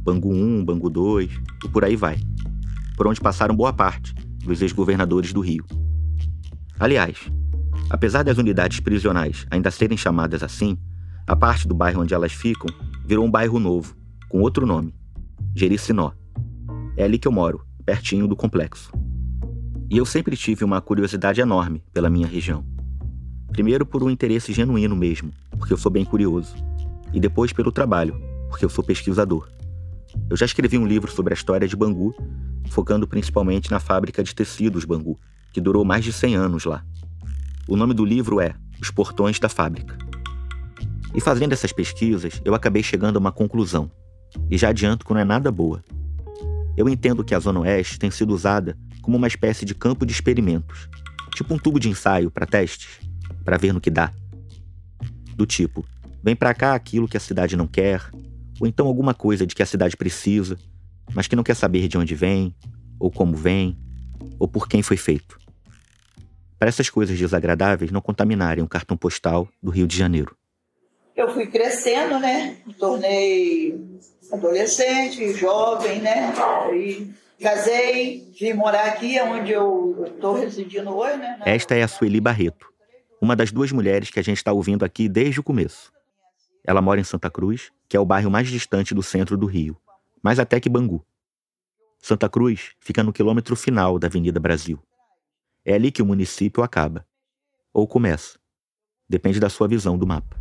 Bangu 1, Bangu 2 e por aí vai, por onde passaram boa parte dos ex-governadores do Rio. Aliás, apesar das unidades prisionais ainda serem chamadas assim, a parte do bairro onde elas ficam virou um bairro novo, com outro nome, Jericinó. É ali que eu moro, pertinho do complexo. E eu sempre tive uma curiosidade enorme pela minha região. Primeiro por um interesse genuíno mesmo, porque eu sou bem curioso. E depois pelo trabalho, porque eu sou pesquisador. Eu já escrevi um livro sobre a história de Bangu, focando principalmente na fábrica de tecidos Bangu, que durou mais de 100 anos lá. O nome do livro é Os Portões da Fábrica. E fazendo essas pesquisas, eu acabei chegando a uma conclusão. E já adianto que não é nada boa. Eu entendo que a Zona Oeste tem sido usada como uma espécie de campo de experimentos, tipo um tubo de ensaio para testes, para ver no que dá. Do tipo, vem pra cá aquilo que a cidade não quer, ou então alguma coisa de que a cidade precisa, mas que não quer saber de onde vem, ou como vem, ou por quem foi feito. Para essas coisas desagradáveis não contaminarem o cartão postal do Rio de Janeiro. Eu fui crescendo, né? Me tornei adolescente, jovem, né? Aí casei, vim morar aqui, onde eu estou residindo hoje, né? Esta é a Sueli Barreto, uma das duas mulheres que a gente está ouvindo aqui desde o começo. Ela mora em Santa Cruz, que é o bairro mais distante do centro do Rio, mais até que Bangu. Santa Cruz fica no quilômetro final da Avenida Brasil. É ali que o município acaba. Ou começa. Depende da sua visão do mapa.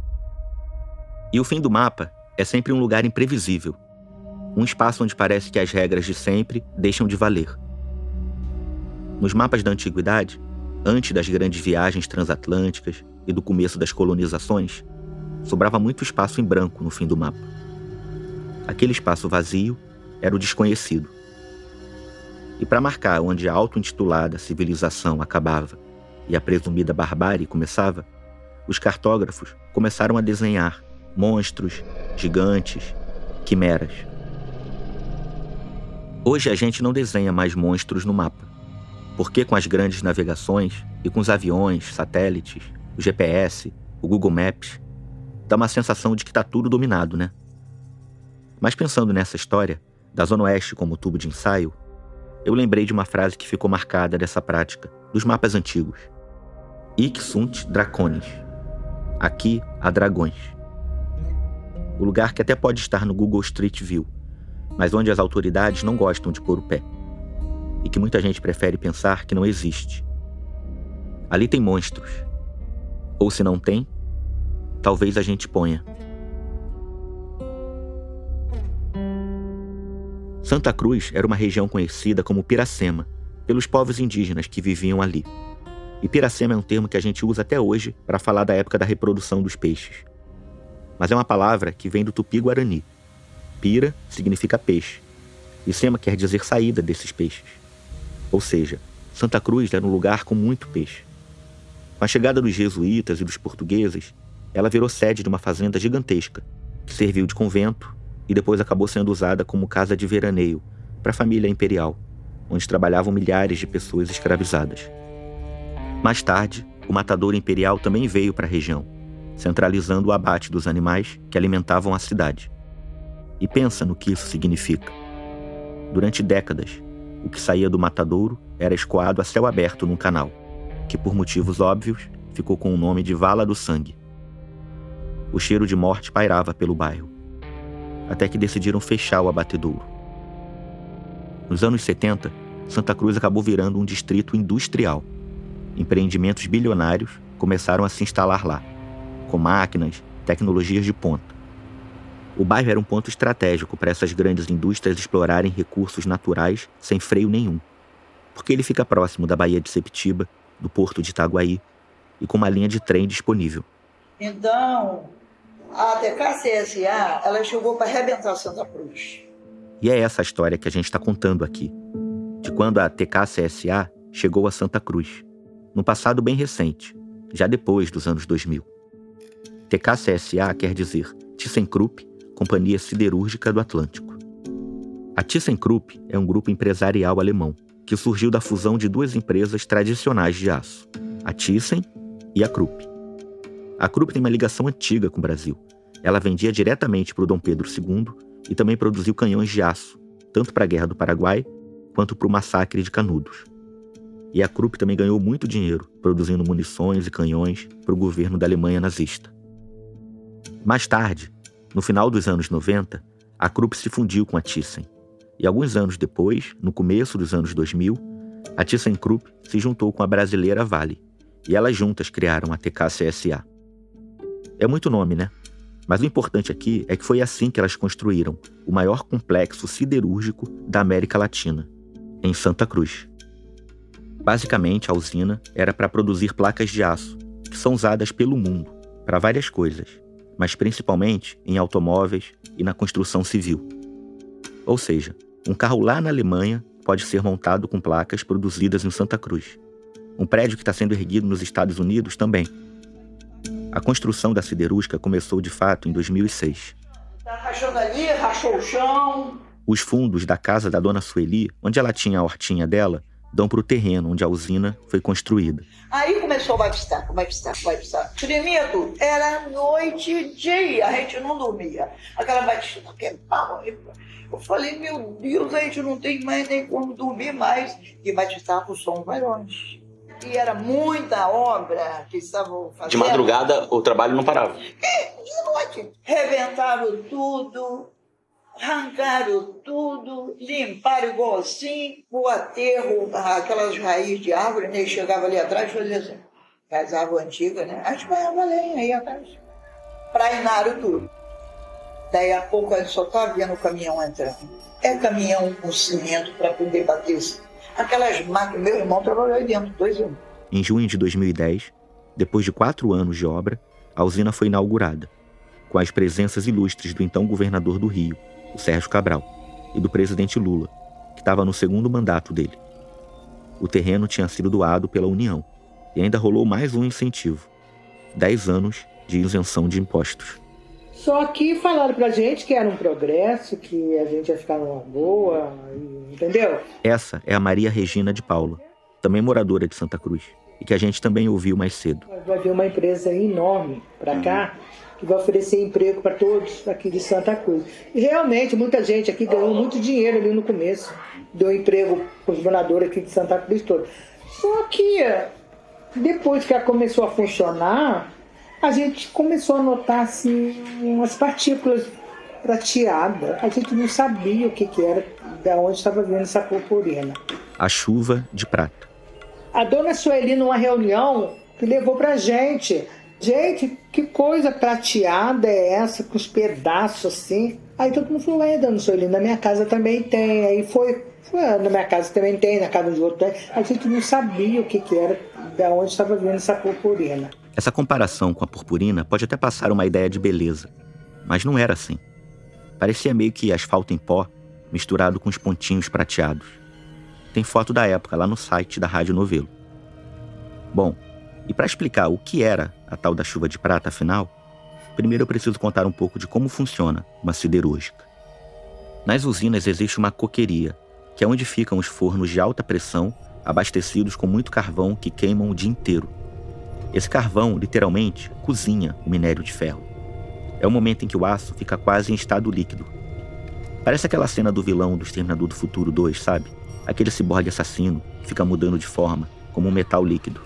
E o fim do mapa é sempre um lugar imprevisível. Um espaço onde parece que as regras de sempre deixam de valer. Nos mapas da antiguidade, antes das grandes viagens transatlânticas e do começo das colonizações, sobrava muito espaço em branco no fim do mapa. Aquele espaço vazio era o desconhecido. E para marcar onde a auto-intitulada civilização acabava e a presumida barbárie começava, os cartógrafos começaram a desenhar monstros, gigantes, quimeras. Hoje a gente não desenha mais monstros no mapa, porque com as grandes navegações e com os aviões, satélites, o GPS, o Google Maps, dá uma sensação de que está tudo dominado, né? Mas pensando nessa história, da Zona Oeste como tubo de ensaio, eu lembrei de uma frase que ficou marcada dessa prática, dos mapas antigos. Hic sunt dracones. Aqui há dragões. O lugar que até pode estar no Google Street View, mas onde as autoridades não gostam de pôr o pé. E que muita gente prefere pensar que não existe. Ali tem monstros. Ou se não tem, talvez a gente ponha. Santa Cruz era uma região conhecida como Piracema, pelos povos indígenas que viviam ali. E Piracema é um termo que a gente usa até hoje para falar da época da reprodução dos peixes. Mas é uma palavra que vem do tupi-guarani. Pira significa peixe, e Sema quer dizer saída desses peixes. Ou seja, Santa Cruz era um lugar com muito peixe. Com a chegada dos jesuítas e dos portugueses, ela virou sede de uma fazenda gigantesca, que serviu de convento e depois acabou sendo usada como casa de veraneio para a família imperial, onde trabalhavam milhares de pessoas escravizadas. Mais tarde, o matador imperial também veio para a região, centralizando o abate dos animais que alimentavam a cidade. E pensa no que isso significa. Durante décadas, o que saía do matadouro era escoado a céu aberto num canal, que por motivos óbvios ficou com o nome de Vala do Sangue. O cheiro de morte pairava pelo bairro, até que decidiram fechar o abatedouro. Nos anos 70, Santa Cruz acabou virando um distrito industrial. Empreendimentos bilionários começaram a se instalar lá, com máquinas, tecnologias de ponta. O bairro era um ponto estratégico para essas grandes indústrias explorarem recursos naturais sem freio nenhum, porque ele fica próximo da Baía de Sepetiba, do Porto de Itaguaí e com uma linha de trem disponível. Então, a TK-CSA, ela chegou para arrebentar Santa Cruz. E é essa a história que a gente está contando aqui, de quando a TK-CSA chegou a Santa Cruz, no passado bem recente, já depois dos anos 2000. TK-CSA quer dizer ThyssenKrupp, Companhia Siderúrgica do Atlântico. A ThyssenKrupp é um grupo empresarial alemão que surgiu da fusão de duas empresas tradicionais de aço, a Thyssen e a Krupp. A Krupp tem uma ligação antiga com o Brasil. Ela vendia diretamente para o Dom Pedro II e também produziu canhões de aço, tanto para a Guerra do Paraguai quanto para o massacre de Canudos. E a Krupp também ganhou muito dinheiro produzindo munições e canhões para o governo da Alemanha nazista. Mais tarde, no final dos anos 90, a Krupp se fundiu com a Thyssen. E alguns anos depois, no começo dos anos 2000, a ThyssenKrupp se juntou com a brasileira Vale, e elas juntas criaram a TKCSA. É muito nome, né? Mas o importante aqui é que foi assim que elas construíram o maior complexo siderúrgico da América Latina, em Santa Cruz. Basicamente, a usina era para produzir placas de aço, que são usadas pelo mundo para várias coisas, mas principalmente em automóveis e na construção civil. Ou seja, um carro lá na Alemanha pode ser montado com placas produzidas em Santa Cruz. Um prédio que está sendo erguido nos Estados Unidos também. A construção da siderúrgica começou de fato em 2006. Tá rachando ali, rachou o chão. Os fundos da casa da dona Sueli, onde ela tinha a hortinha dela, dão para o terreno onde a usina foi construída. Aí começou o vai-pistar. Tremia tudo. Era noite e dia, a gente não dormia. Aquela vai-pistar queimava. Eu falei, meu Deus, a gente não tem mais nem como dormir mais. E vai-pistar, o som vai longe. E era muita obra que estavam fazendo. De madrugada, o trabalho não parava. De noite. Rebentaram tudo, arrancaram tudo, limparam igual assim, o aterro, aquelas raízes de árvore, né? Chegava ali atrás e fazia assim, as árvores antigas, né? A gente pegava lenha aí atrás. Prainaram tudo. Daí a pouco a gente só tá vendo o caminhão entrando. É caminhão com cimento para poder bater isso. Aquelas máquinas, meu irmão trabalhou aí dentro, 2 anos. Em junho de 2010, depois de 4 anos de obra, a usina foi inaugurada, com as presenças ilustres do então governador do Rio, o Sérgio Cabral, e do presidente Lula, que estava no 2º mandato dele. O terreno tinha sido doado pela União, e ainda rolou mais um incentivo: 10 anos de isenção de impostos. Só que falaram pra gente que era um progresso, que a gente ia ficar numa boa, entendeu? Essa é a Maria Regina de Paula, também moradora de Santa Cruz, e que a gente também ouviu mais cedo. Vai vir uma empresa enorme pra cá, que vai oferecer emprego para todos aqui de Santa Cruz. E realmente, muita gente aqui ganhou muito dinheiro ali no começo. Deu emprego para os moradores aqui de Santa Cruz todos. Só que, depois que ela começou a funcionar, a gente começou a notar assim, umas partículas prateadas. A gente não sabia o que era, de onde estava vindo essa purpurina. A chuva de prata. A dona Sueli, numa reunião, que levou pra gente. Gente, que coisa prateada é essa, com os pedaços assim? Aí todo mundo falou, dona Sueli, na minha casa também tem. Aí foi, na minha casa também tem, na casa dos outros tem. A gente não sabia o que era, de onde estava vindo essa purpurina. Essa comparação com a purpurina pode até passar uma ideia de beleza, mas não era assim. Parecia meio que asfalto em pó, misturado com os pontinhos prateados. Tem foto da época lá no site da Rádio Novelo. Bom, e para explicar o que era a tal da chuva de prata, afinal, primeiro eu preciso contar um pouco de como funciona uma siderúrgica. Nas usinas existe uma coqueria, que é onde ficam os fornos de alta pressão, abastecidos com muito carvão que queimam o dia inteiro. Esse carvão, literalmente, cozinha o minério de ferro. É o momento em que o aço fica quase em estado líquido. Parece aquela cena do vilão do Exterminador do Futuro 2, sabe? Aquele ciborgue assassino que fica mudando de forma, como um metal líquido.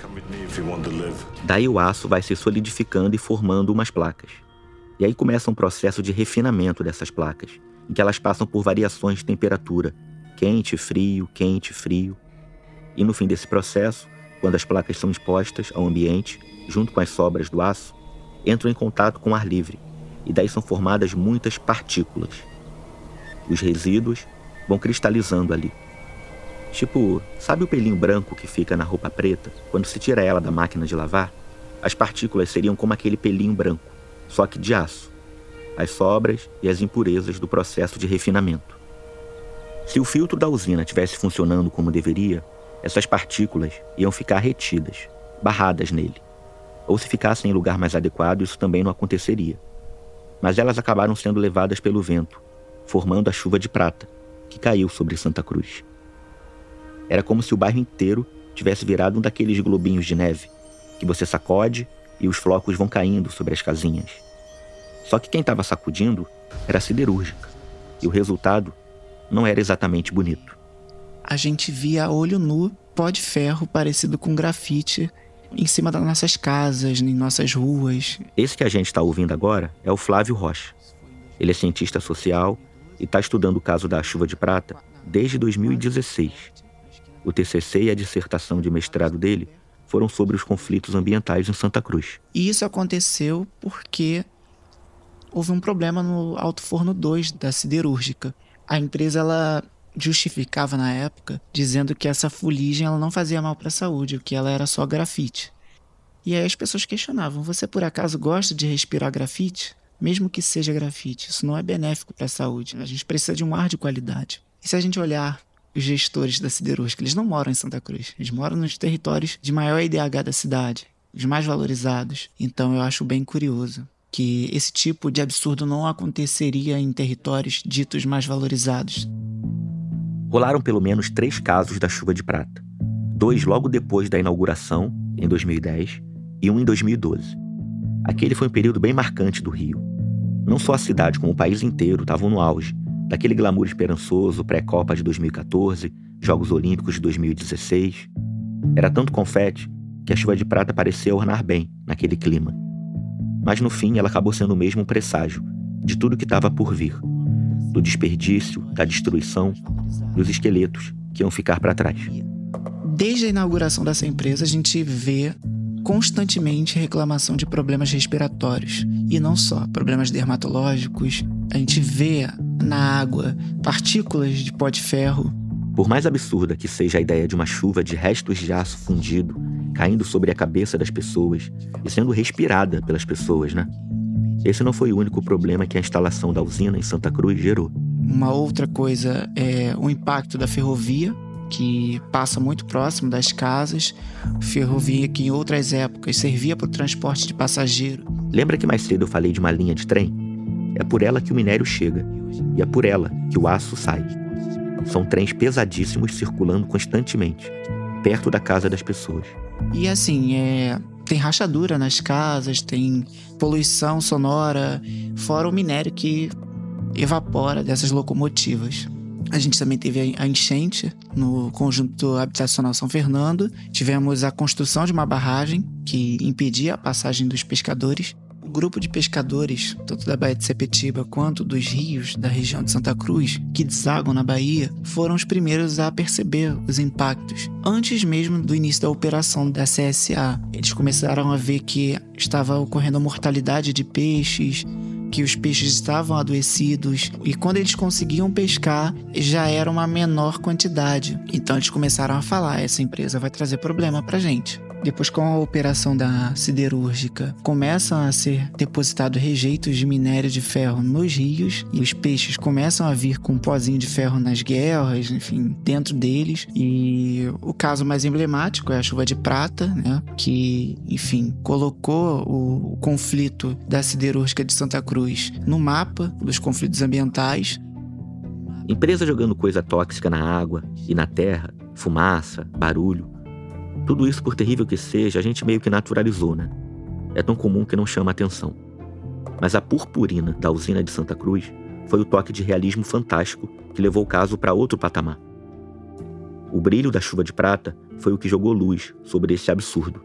Daí o aço vai se solidificando e formando umas placas. E aí começa um processo de refinamento dessas placas, em que elas passam por variações de temperatura, quente, frio, quente, frio. E no fim desse processo, quando as placas são expostas ao ambiente, junto com as sobras do aço, entram em contato com o ar livre, e daí são formadas muitas partículas. Os resíduos vão cristalizando ali. Tipo, sabe o pelinho branco que fica na roupa preta, quando se tira ela da máquina de lavar? As partículas seriam como aquele pelinho branco, só que de aço. As sobras e as impurezas do processo de refinamento. Se o filtro da usina estivesse funcionando como deveria, essas partículas iam ficar retidas, barradas nele. Ou se ficassem em lugar mais adequado, isso também não aconteceria. Mas elas acabaram sendo levadas pelo vento, formando a chuva de prata, que caiu sobre Santa Cruz. Era como se o bairro inteiro tivesse virado um daqueles globinhos de neve, que você sacode e os flocos vão caindo sobre as casinhas. Só que quem estava sacudindo era a siderúrgica. e o resultado não era exatamente bonito. A gente via a olho nu pó de ferro parecido com grafite em cima das nossas casas, em nossas ruas. Esse que a gente está ouvindo agora é o Flávio Rocha. Ele é cientista social e está estudando o caso da chuva de prata desde 2016. O TCC e a dissertação de mestrado dele foram sobre os conflitos ambientais em Santa Cruz. E isso aconteceu porque houve um problema no Alto Forno 2 da siderúrgica. A empresa ela justificava na época dizendo que essa fuligem ela não fazia mal para a saúde, que ela era só grafite. E aí as pessoas questionavam: você por acaso gosta de respirar grafite? Mesmo que seja grafite, isso não é benéfico para a saúde. A gente precisa de um ar de qualidade. E se a gente olhar os gestores da siderúrgica, eles não moram em Santa Cruz. Eles moram nos territórios de maior IDH da cidade, os mais valorizados. Então eu acho bem curioso que esse tipo de absurdo não aconteceria em territórios ditos mais valorizados. Rolaram pelo menos 3 casos da chuva de prata. 2 logo depois da inauguração, em 2010, e um em 2012. Aquele foi um período bem marcante do Rio. Não só a cidade, como o país inteiro estavam no auge daquele glamour esperançoso, pré-Copa de 2014, Jogos Olímpicos de 2016. Era tanto confete que a chuva de prata parecia ornar bem naquele clima. Mas no fim ela acabou sendo mesmo um presságio de tudo que estava por vir. Do desperdício, da destruição, dos esqueletos que iam ficar para trás. Desde a inauguração dessa empresa, a gente vê constantemente reclamação de problemas respiratórios. E não só, problemas dermatológicos. A gente vê na água partículas de pó de ferro. Por mais absurda que seja a ideia de uma chuva de restos de aço fundido caindo sobre a cabeça das pessoas e sendo respirada pelas pessoas, né? Esse não foi o único problema que a instalação da usina em Santa Cruz gerou. Uma outra coisa é o impacto da ferrovia, que passa muito próximo das casas. Ferrovia que em outras épocas servia para o transporte de passageiro. Lembra que mais cedo eu falei de uma linha de trem? É por ela que o minério chega e é por ela que o aço sai. São trens pesadíssimos circulando constantemente, perto da casa das pessoas. E assim, tem rachadura nas casas, tem poluição sonora, fora o minério que evapora dessas locomotivas. A gente também teve a enchente no conjunto habitacional São Fernando. Tivemos a construção de uma barragem que impedia a passagem dos pescadores. O grupo de pescadores, tanto da Baía de Sepetiba quanto dos rios da região de Santa Cruz, que desagam na Bahia, foram os primeiros a perceber os impactos. Antes mesmo do início da operação da CSA, eles começaram a ver que estava ocorrendo a mortalidade de peixes, que os peixes estavam adoecidos, e quando eles conseguiam pescar, já era uma menor quantidade. Então eles começaram a falar: essa empresa vai trazer problema pra gente. Depois, com a operação da siderúrgica, começam a ser depositados rejeitos de minério de ferro nos rios, e os peixes começam a vir com um pozinho de ferro nas guerras, enfim, dentro deles. E o caso mais emblemático é a chuva de prata, né, que, enfim, colocou o conflito da siderúrgica de Santa Cruz no mapa dos conflitos ambientais. Empresa jogando coisa tóxica na água e na terra, fumaça, barulho. Tudo isso, por terrível que seja, a gente meio que naturalizou, né? É tão comum que não chama atenção. Mas a purpurina da usina de Santa Cruz foi o toque de realismo fantástico que levou o caso para outro patamar. O brilho da chuva de prata foi o que jogou luz sobre esse absurdo.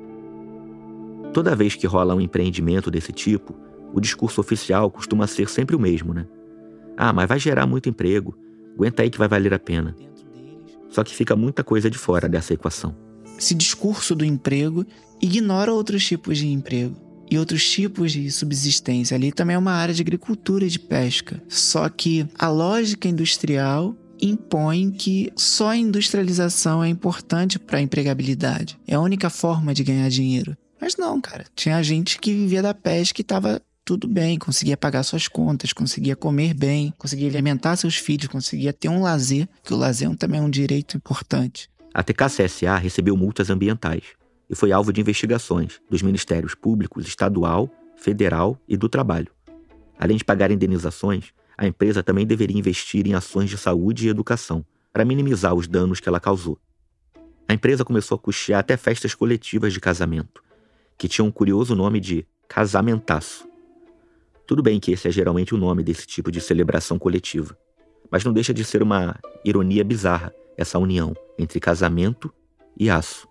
Toda vez que rola um empreendimento desse tipo, o discurso oficial costuma ser sempre o mesmo, né? Ah, mas vai gerar muito emprego, aguenta aí que vai valer a pena. Só que fica muita coisa de fora dessa equação. Esse discurso do emprego ignora outros tipos de emprego e outros tipos de subsistência. Ali também é uma área de agricultura e de pesca. Só que a lógica industrial impõe que só a industrialização é importante para a empregabilidade. É a única forma de ganhar dinheiro. Mas não, cara. Tinha gente que vivia da pesca e estava tudo bem, conseguia pagar suas contas, conseguia comer bem, conseguia alimentar seus filhos, conseguia ter um lazer, que o lazer também é um direito importante. A TK-CSA recebeu multas ambientais e foi alvo de investigações dos Ministérios Públicos Estadual, Federal e do Trabalho. Além de pagar indenizações, a empresa também deveria investir em ações de saúde e educação para minimizar os danos que ela causou. A empresa começou a custear até festas coletivas de casamento, que tinham um curioso nome de casamentaço. Tudo bem que esse é geralmente o nome desse tipo de celebração coletiva, mas não deixa de ser uma ironia bizarra essa união entre casamento e aço.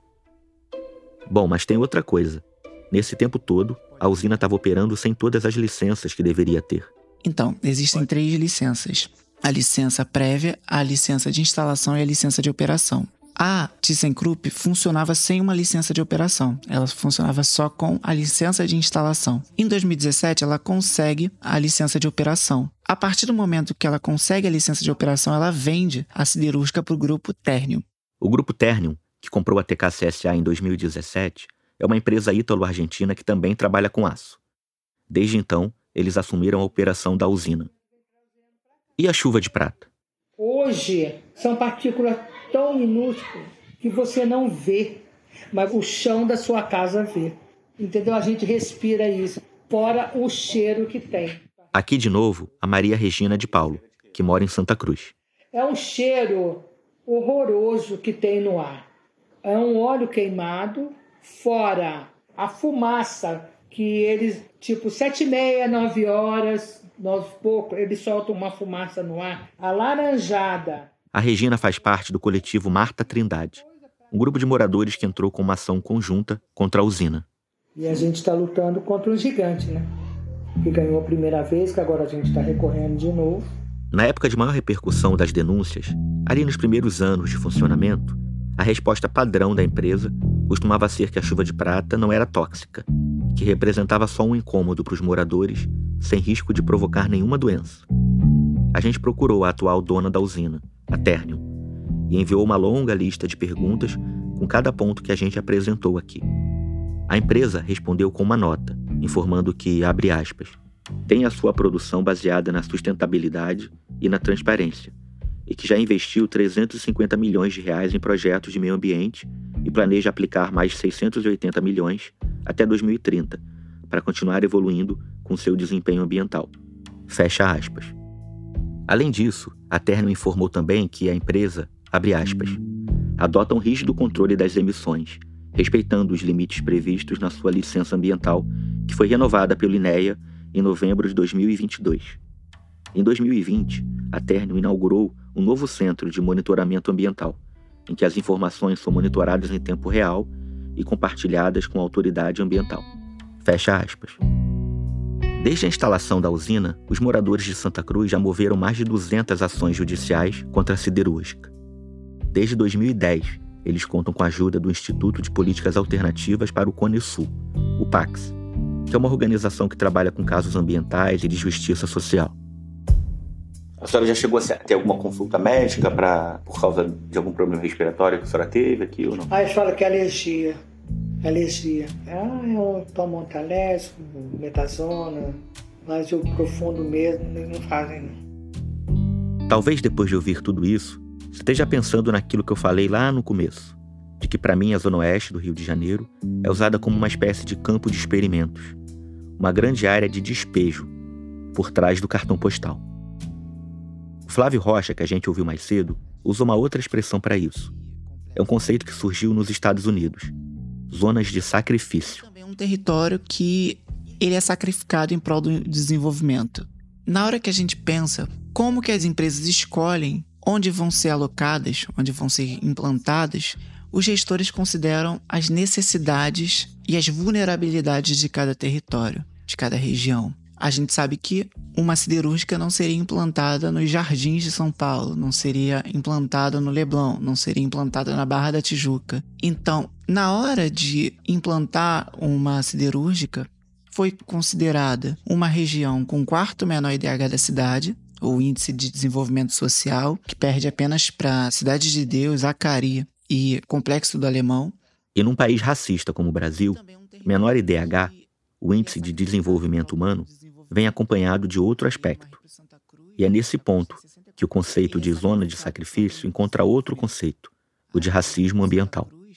Bom, mas tem outra coisa. Nesse tempo todo, a usina estava operando sem todas as licenças que deveria ter. Então, existem 3 licenças. A licença prévia, a licença de instalação e a licença de operação. A ThyssenKrupp funcionava sem uma licença de operação. Ela funcionava só com a licença de instalação. Em 2017, ela consegue a licença de operação. A partir do momento que ela consegue a licença de operação, ela vende a siderúrgica para o Grupo Ternium. O Grupo Ternium, que comprou a TKCSA em 2017, é uma empresa ítalo-argentina que também trabalha com aço. Desde então, eles assumiram a operação da usina. E a chuva de prata? Hoje, são partículas tão minúsculas que você não vê, mas o chão da sua casa vê. Entendeu? A gente respira isso, fora o cheiro que tem. Aqui de novo, a Maria Regina de Paulo, que mora em Santa Cruz. É um cheiro horroroso que tem no ar. É um óleo queimado, fora a fumaça que eles, tipo 7h30, 9 horas, 9 e pouco, eles soltam uma fumaça no ar, alaranjada. A Regina faz parte do coletivo Marta Trindade, um grupo de moradores que entrou com uma ação conjunta contra a usina. E a gente está lutando contra um gigante, né? Que ganhou a primeira vez, que agora a gente está recorrendo de novo. Na época de maior repercussão das denúncias, ali nos primeiros anos de funcionamento, a resposta padrão da empresa costumava ser que a chuva de prata não era tóxica, que representava só um incômodo para os moradores, sem risco de provocar nenhuma doença. A gente procurou a atual dona da usina, a Ternium, e enviou uma longa lista de perguntas com cada ponto que a gente apresentou aqui. A empresa respondeu com uma nota, informando que, abre aspas, tem a sua produção baseada na sustentabilidade e na transparência, e que já investiu 350 milhões de reais em projetos de meio ambiente e planeja aplicar mais 680 milhões até 2030, para continuar evoluindo com seu desempenho ambiental. Fecha aspas. Além disso, a Ternium informou também que a empresa, abre aspas, adota um rígido controle das emissões, respeitando os limites previstos na sua licença ambiental, que foi renovada pelo INEA em novembro de 2022. Em 2020, a Ternium inaugurou um novo centro de monitoramento ambiental, em que as informações são monitoradas em tempo real e compartilhadas com a autoridade ambiental. Fecha aspas. Desde a instalação da usina, os moradores de Santa Cruz já moveram mais de 200 ações judiciais contra a siderúrgica. Desde 2010, eles contam com a ajuda do Instituto de Políticas Alternativas para o Cone Sul, o PAX, que é uma organização que trabalha com casos ambientais e de justiça social. A senhora já chegou a ter alguma consulta médica por causa de algum problema respiratório que a senhora teve aqui ou não? Eles falam que é alergia. Alergia. Eu tomo antalésio, metazona, mas o profundo mesmo eles não fazem, não. Talvez depois de ouvir tudo isso, você esteja pensando naquilo que eu falei lá no começo, de que para mim a Zona Oeste do Rio de Janeiro é usada como uma espécie de campo de experimentos, uma grande área de despejo, por trás do cartão postal. O Flávio Rocha, que a gente ouviu mais cedo, usa uma outra expressão para isso. É um conceito que surgiu nos Estados Unidos. Zonas de sacrifício. Também é um território que ele é sacrificado em prol do desenvolvimento. Na hora que a gente pensa como que as empresas escolhem onde vão ser alocadas, onde vão ser implantadas, os gestores consideram as necessidades e as vulnerabilidades de cada território, de cada região. A gente sabe que uma siderúrgica não seria implantada nos Jardins de São Paulo, não seria implantada no Leblon, não seria implantada na Barra da Tijuca. Então, na hora de implantar uma siderúrgica, foi considerada uma região com o 4º menor IDH da cidade, ou Índice de Desenvolvimento Social, que perde apenas para Cidade de Deus, Acari e Complexo do Alemão. E num país racista como o Brasil, menor IDH, o Índice de Desenvolvimento Humano, vem acompanhado de outro aspecto. E é nesse ponto que o conceito de zona de sacrifício encontra outro conceito, o de racismo ambiental.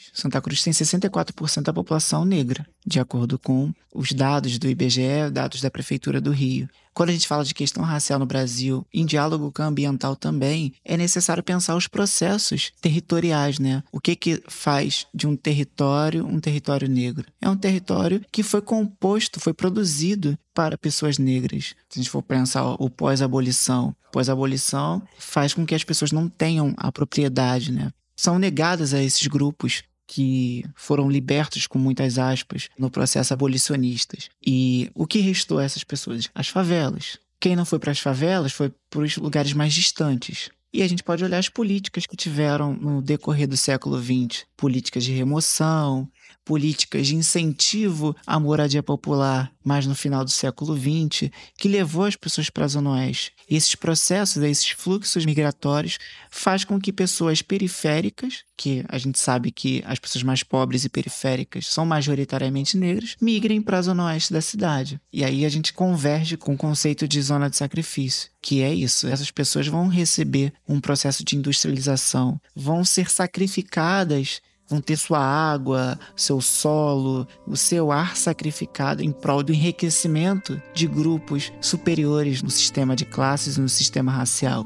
negras. Santa Cruz tem 64% da população negra, de acordo com os dados do IBGE, dados da Prefeitura do Rio. Quando a gente fala de questão racial no Brasil, em diálogo com a ambiental também, é necessário pensar os processos territoriais, né? O que faz de um território negro? É um território que foi composto, foi produzido para pessoas negras. Se a gente for pensar o pós-abolição, faz com que as pessoas não tenham a propriedade, né? São negadas a esses grupos que foram libertos, com muitas aspas, no processo abolicionista. E o que restou a essas pessoas? As favelas. Quem não foi para as favelas foi para os lugares mais distantes. E a gente pode olhar as políticas que tiveram no decorrer do século XX. Políticas de remoção, políticas de incentivo à moradia popular, mas no final do século XX, que levou as pessoas para a Zona Oeste. E esses processos, esses fluxos migratórios, faz com que pessoas periféricas, que a gente sabe que as pessoas mais pobres e periféricas são majoritariamente negras, migrem para a Zona Oeste da cidade. E aí a gente converge com o conceito de zona de sacrifício, que é isso. Essas pessoas vão receber um processo de industrialização, vão ser sacrificadas, vão ter sua água, seu solo, o seu ar sacrificado em prol do enriquecimento de grupos superiores no sistema de classes e no sistema racial.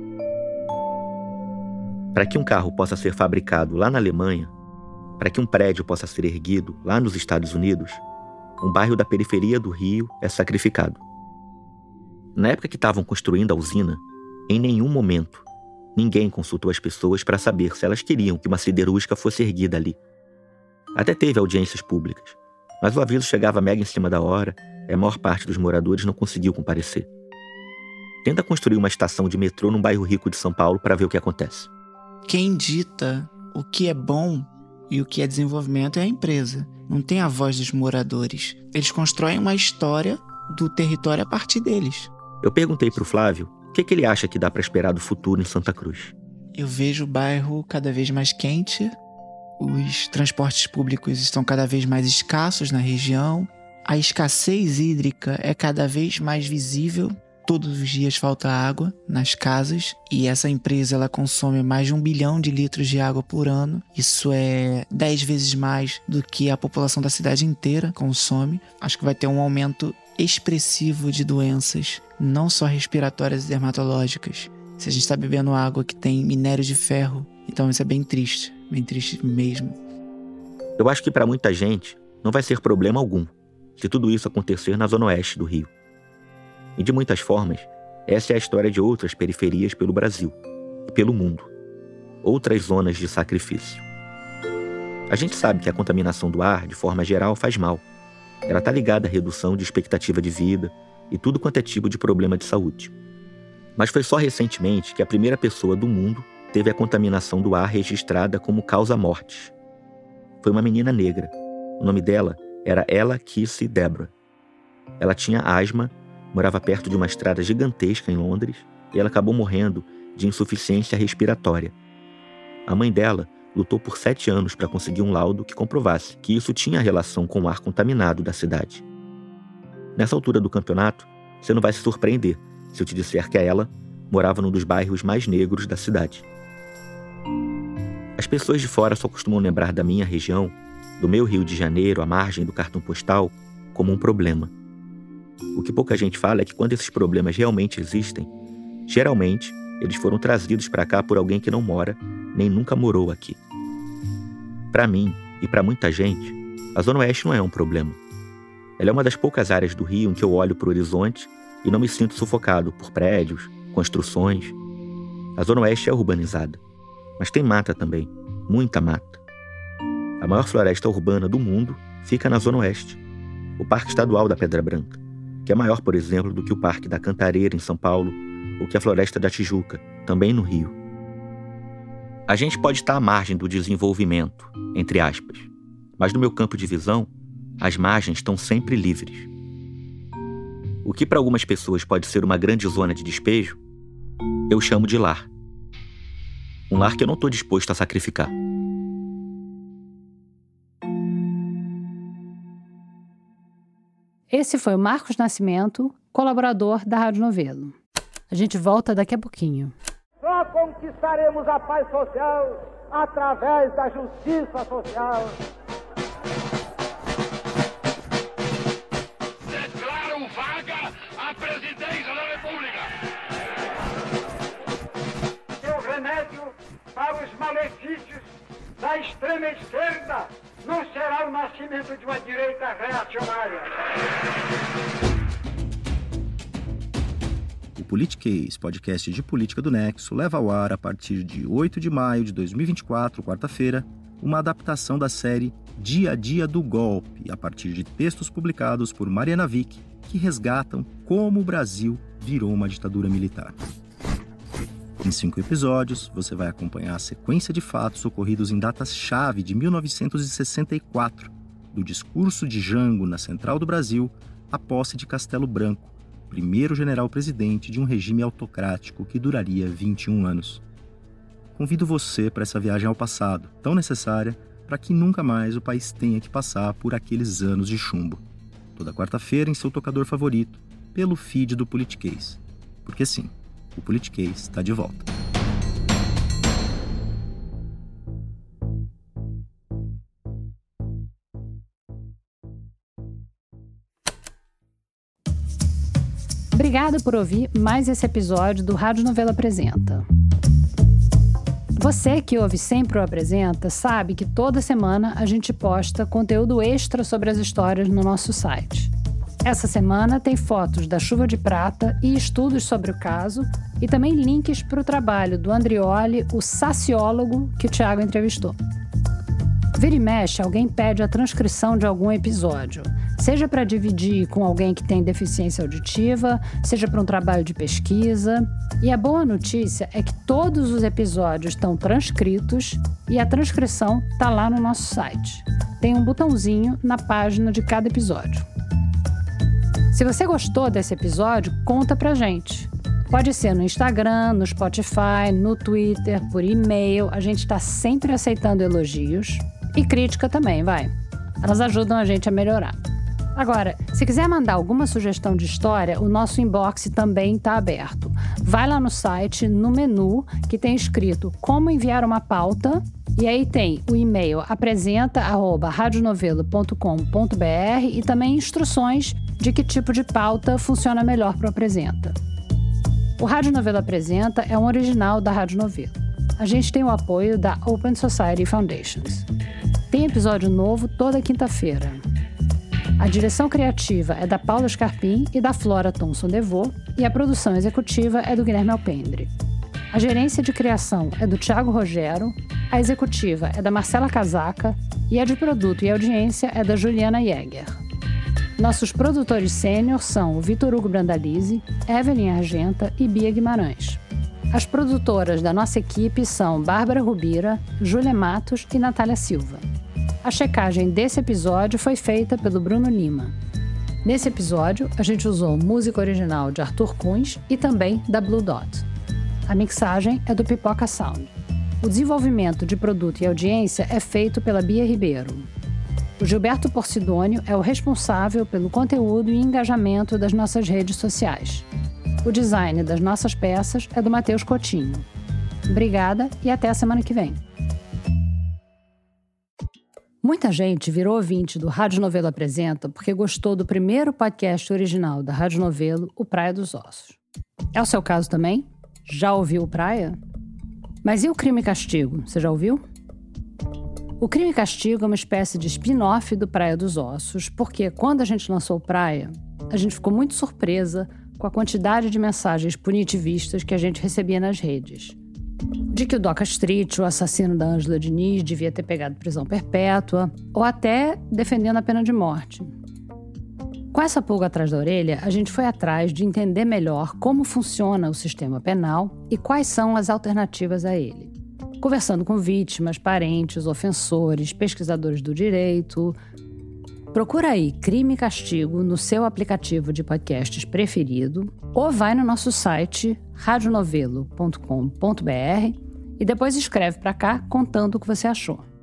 Para que um carro possa ser fabricado lá na Alemanha, para que um prédio possa ser erguido lá nos Estados Unidos, um bairro da periferia do Rio é sacrificado. Na época que estavam construindo a usina, em nenhum momento ninguém consultou as pessoas para saber se elas queriam que uma siderúrgica fosse erguida ali. Até teve audiências públicas, mas o aviso chegava mega em cima da hora e a maior parte dos moradores não conseguiu comparecer. Tenta construir uma estação de metrô num bairro rico de São Paulo para ver o que acontece. Quem dita o que é bom e o que é desenvolvimento é a empresa. Não tem a voz dos moradores. Eles constroem uma história do território a partir deles. Eu perguntei para o Flávio o que ele acha que dá para esperar do futuro em Santa Cruz. Eu vejo o bairro cada vez mais quente, os transportes públicos estão cada vez mais escassos na região, a escassez hídrica é cada vez mais visível, todos os dias falta água nas casas e essa empresa ela consome mais de 1 bilhão de litros de água por ano. Isso é 10 vezes mais do que a população da cidade inteira consome. Acho que vai ter um aumento expressivo de doenças, não só respiratórias e dermatológicas. Se a gente está bebendo água que tem minério de ferro, então isso é bem triste mesmo. Eu acho que para muita gente não vai ser problema algum se tudo isso acontecer na Zona Oeste do Rio. E de muitas formas, essa é a história de outras periferias pelo Brasil e pelo mundo. Outras zonas de sacrifício. A gente sabe que a contaminação do ar, de forma geral, faz mal. Ela está ligada à redução de expectativa de vida e tudo quanto é tipo de problema de saúde. Mas foi só recentemente que a primeira pessoa do mundo teve a contaminação do ar registrada como causa-mortes. Foi uma menina negra. O nome dela era Ella Kissy Deborah. Ela tinha asma, morava perto de uma estrada gigantesca em Londres e ela acabou morrendo de insuficiência respiratória. A mãe dela lutou por 7 anos para conseguir um laudo que comprovasse que isso tinha relação com o ar contaminado da cidade. Nessa altura do campeonato, você não vai se surpreender se eu te disser que ela morava num dos bairros mais negros da cidade. As pessoas de fora só costumam lembrar da minha região, do meu Rio de Janeiro, à margem do cartão postal, como um problema. O que pouca gente fala é que quando esses problemas realmente existem, geralmente eles foram trazidos para cá por alguém que não mora, nem nunca morou aqui. Para mim, e para muita gente, a Zona Oeste não é um problema. Ela é uma das poucas áreas do Rio em que eu olho para o horizonte e não me sinto sufocado por prédios, construções. A Zona Oeste é urbanizada, mas tem mata também, muita mata. A maior floresta urbana do mundo fica na Zona Oeste, o Parque Estadual da Pedra Branca, que é maior, por exemplo, do que o Parque da Cantareira, em São Paulo, ou que a Floresta da Tijuca, também no Rio. A gente pode estar à margem do desenvolvimento, entre aspas, mas no meu campo de visão, as margens estão sempre livres. O que para algumas pessoas pode ser uma grande zona de despejo, eu chamo de lar. Um lar que eu não estou disposto a sacrificar. Esse foi o Marcos Nascimento, colaborador da Rádio Novelo. A gente volta daqui a pouquinho. Só conquistaremos a paz social através da justiça social. Declaro vaga a presidência da República. Seu remédio para os malefícios da extrema esquerda não será o nascimento de uma direita reacionária. O Politiquês, podcast de política do Nexo, leva ao ar a partir de 8 de maio de 2024, quarta-feira, uma adaptação da série Dia a Dia do Golpe, a partir de textos publicados por Mariana Vick, que resgatam como o Brasil virou uma ditadura militar. Em 5 episódios, você vai acompanhar a sequência de fatos ocorridos em datas-chave de 1964, do discurso de Jango na Central do Brasil à posse de Castelo Branco, primeiro general-presidente de um regime autocrático que duraria 21 anos. Convido você para essa viagem ao passado, tão necessária para que nunca mais o país tenha que passar por aqueles anos de chumbo. Toda quarta-feira em seu tocador favorito, pelo feed do Politiquês. Porque sim, o Politiquês está de volta. Obrigada por ouvir mais esse episódio do Rádio Novelo Apresenta. Você que ouve sempre o Apresenta sabe que toda semana a gente posta conteúdo extra sobre as histórias no nosso site. Essa semana tem fotos da chuva de prata e estudos sobre o caso e também links para o trabalho do Andrioli, o saciólogo que o Thiago entrevistou. Vira e mexe, alguém pede a transcrição de algum episódio, seja para dividir com alguém que tem deficiência auditiva, seja para um trabalho de pesquisa. E a boa notícia é que todos os episódios estão transcritos e a transcrição está lá no nosso site. Tem um botãozinho na página de cada episódio. Se você gostou desse episódio, conta pra gente. Pode ser no Instagram, no Spotify, no Twitter, por e-mail. A gente está sempre aceitando elogios. E crítica também, vai. Elas ajudam a gente a melhorar. Agora, se quiser mandar alguma sugestão de história, o nosso inbox também está aberto. Vai lá no site, no menu, que tem escrito como enviar uma pauta, e aí tem o e-mail apresenta@radionovelo.com.br e também instruções de que tipo de pauta funciona melhor para o Apresenta. O Rádio Novelo Apresenta é um original da Rádio Novelo. A gente tem o apoio da Open Society Foundations. Tem episódio novo toda quinta-feira. A direção criativa é da Paula Scarpim e da Flora Thomson-Devô e a produção executiva é do Guilherme Alpendre. A gerência de criação é do Thiago Rogero, a executiva é da Marcela Casaca e a de produto e audiência é da Juliana Jäger. Nossos produtores sênior são o Vitor Hugo Brandalize, Evelyn Argenta e Bia Guimarães. As produtoras da nossa equipe são Bárbara Rubira, Júlia Matos e Natália Silva. A checagem desse episódio foi feita pelo Bruno Lima. Nesse episódio, a gente usou música original de Arthur Kunz e também da Blue Dot. A mixagem é do Pipoca Sound. O desenvolvimento de produto e audiência é feito pela Bia Ribeiro. O Gilberto Porcidônio é o responsável pelo conteúdo e engajamento das nossas redes sociais. O design das nossas peças é do Matheus Coutinho. Obrigada e até a semana que vem. Muita gente virou ouvinte do Rádio Novelo Apresenta porque gostou do primeiro podcast original da Rádio Novelo, o Praia dos Ossos. É o seu caso também? Já ouviu o Praia? Mas e o Crime e Castigo? Você já ouviu? O Crime e Castigo é uma espécie de spin-off do Praia dos Ossos, porque quando a gente lançou o Praia, a gente ficou muito surpresa com a quantidade de mensagens punitivistas que a gente recebia nas redes. De que o Doca Street, o assassino da Ângela Diniz, devia ter pegado prisão perpétua, ou até defendendo a pena de morte. Com essa pulga atrás da orelha, a gente foi atrás de entender melhor como funciona o sistema penal e quais são as alternativas a ele. Conversando com vítimas, parentes, ofensores, pesquisadores do direito. Procura aí Crime e Castigo no seu aplicativo de podcasts preferido ou vai no nosso site radionovelo.com.br e depois escreve para cá contando o que você achou.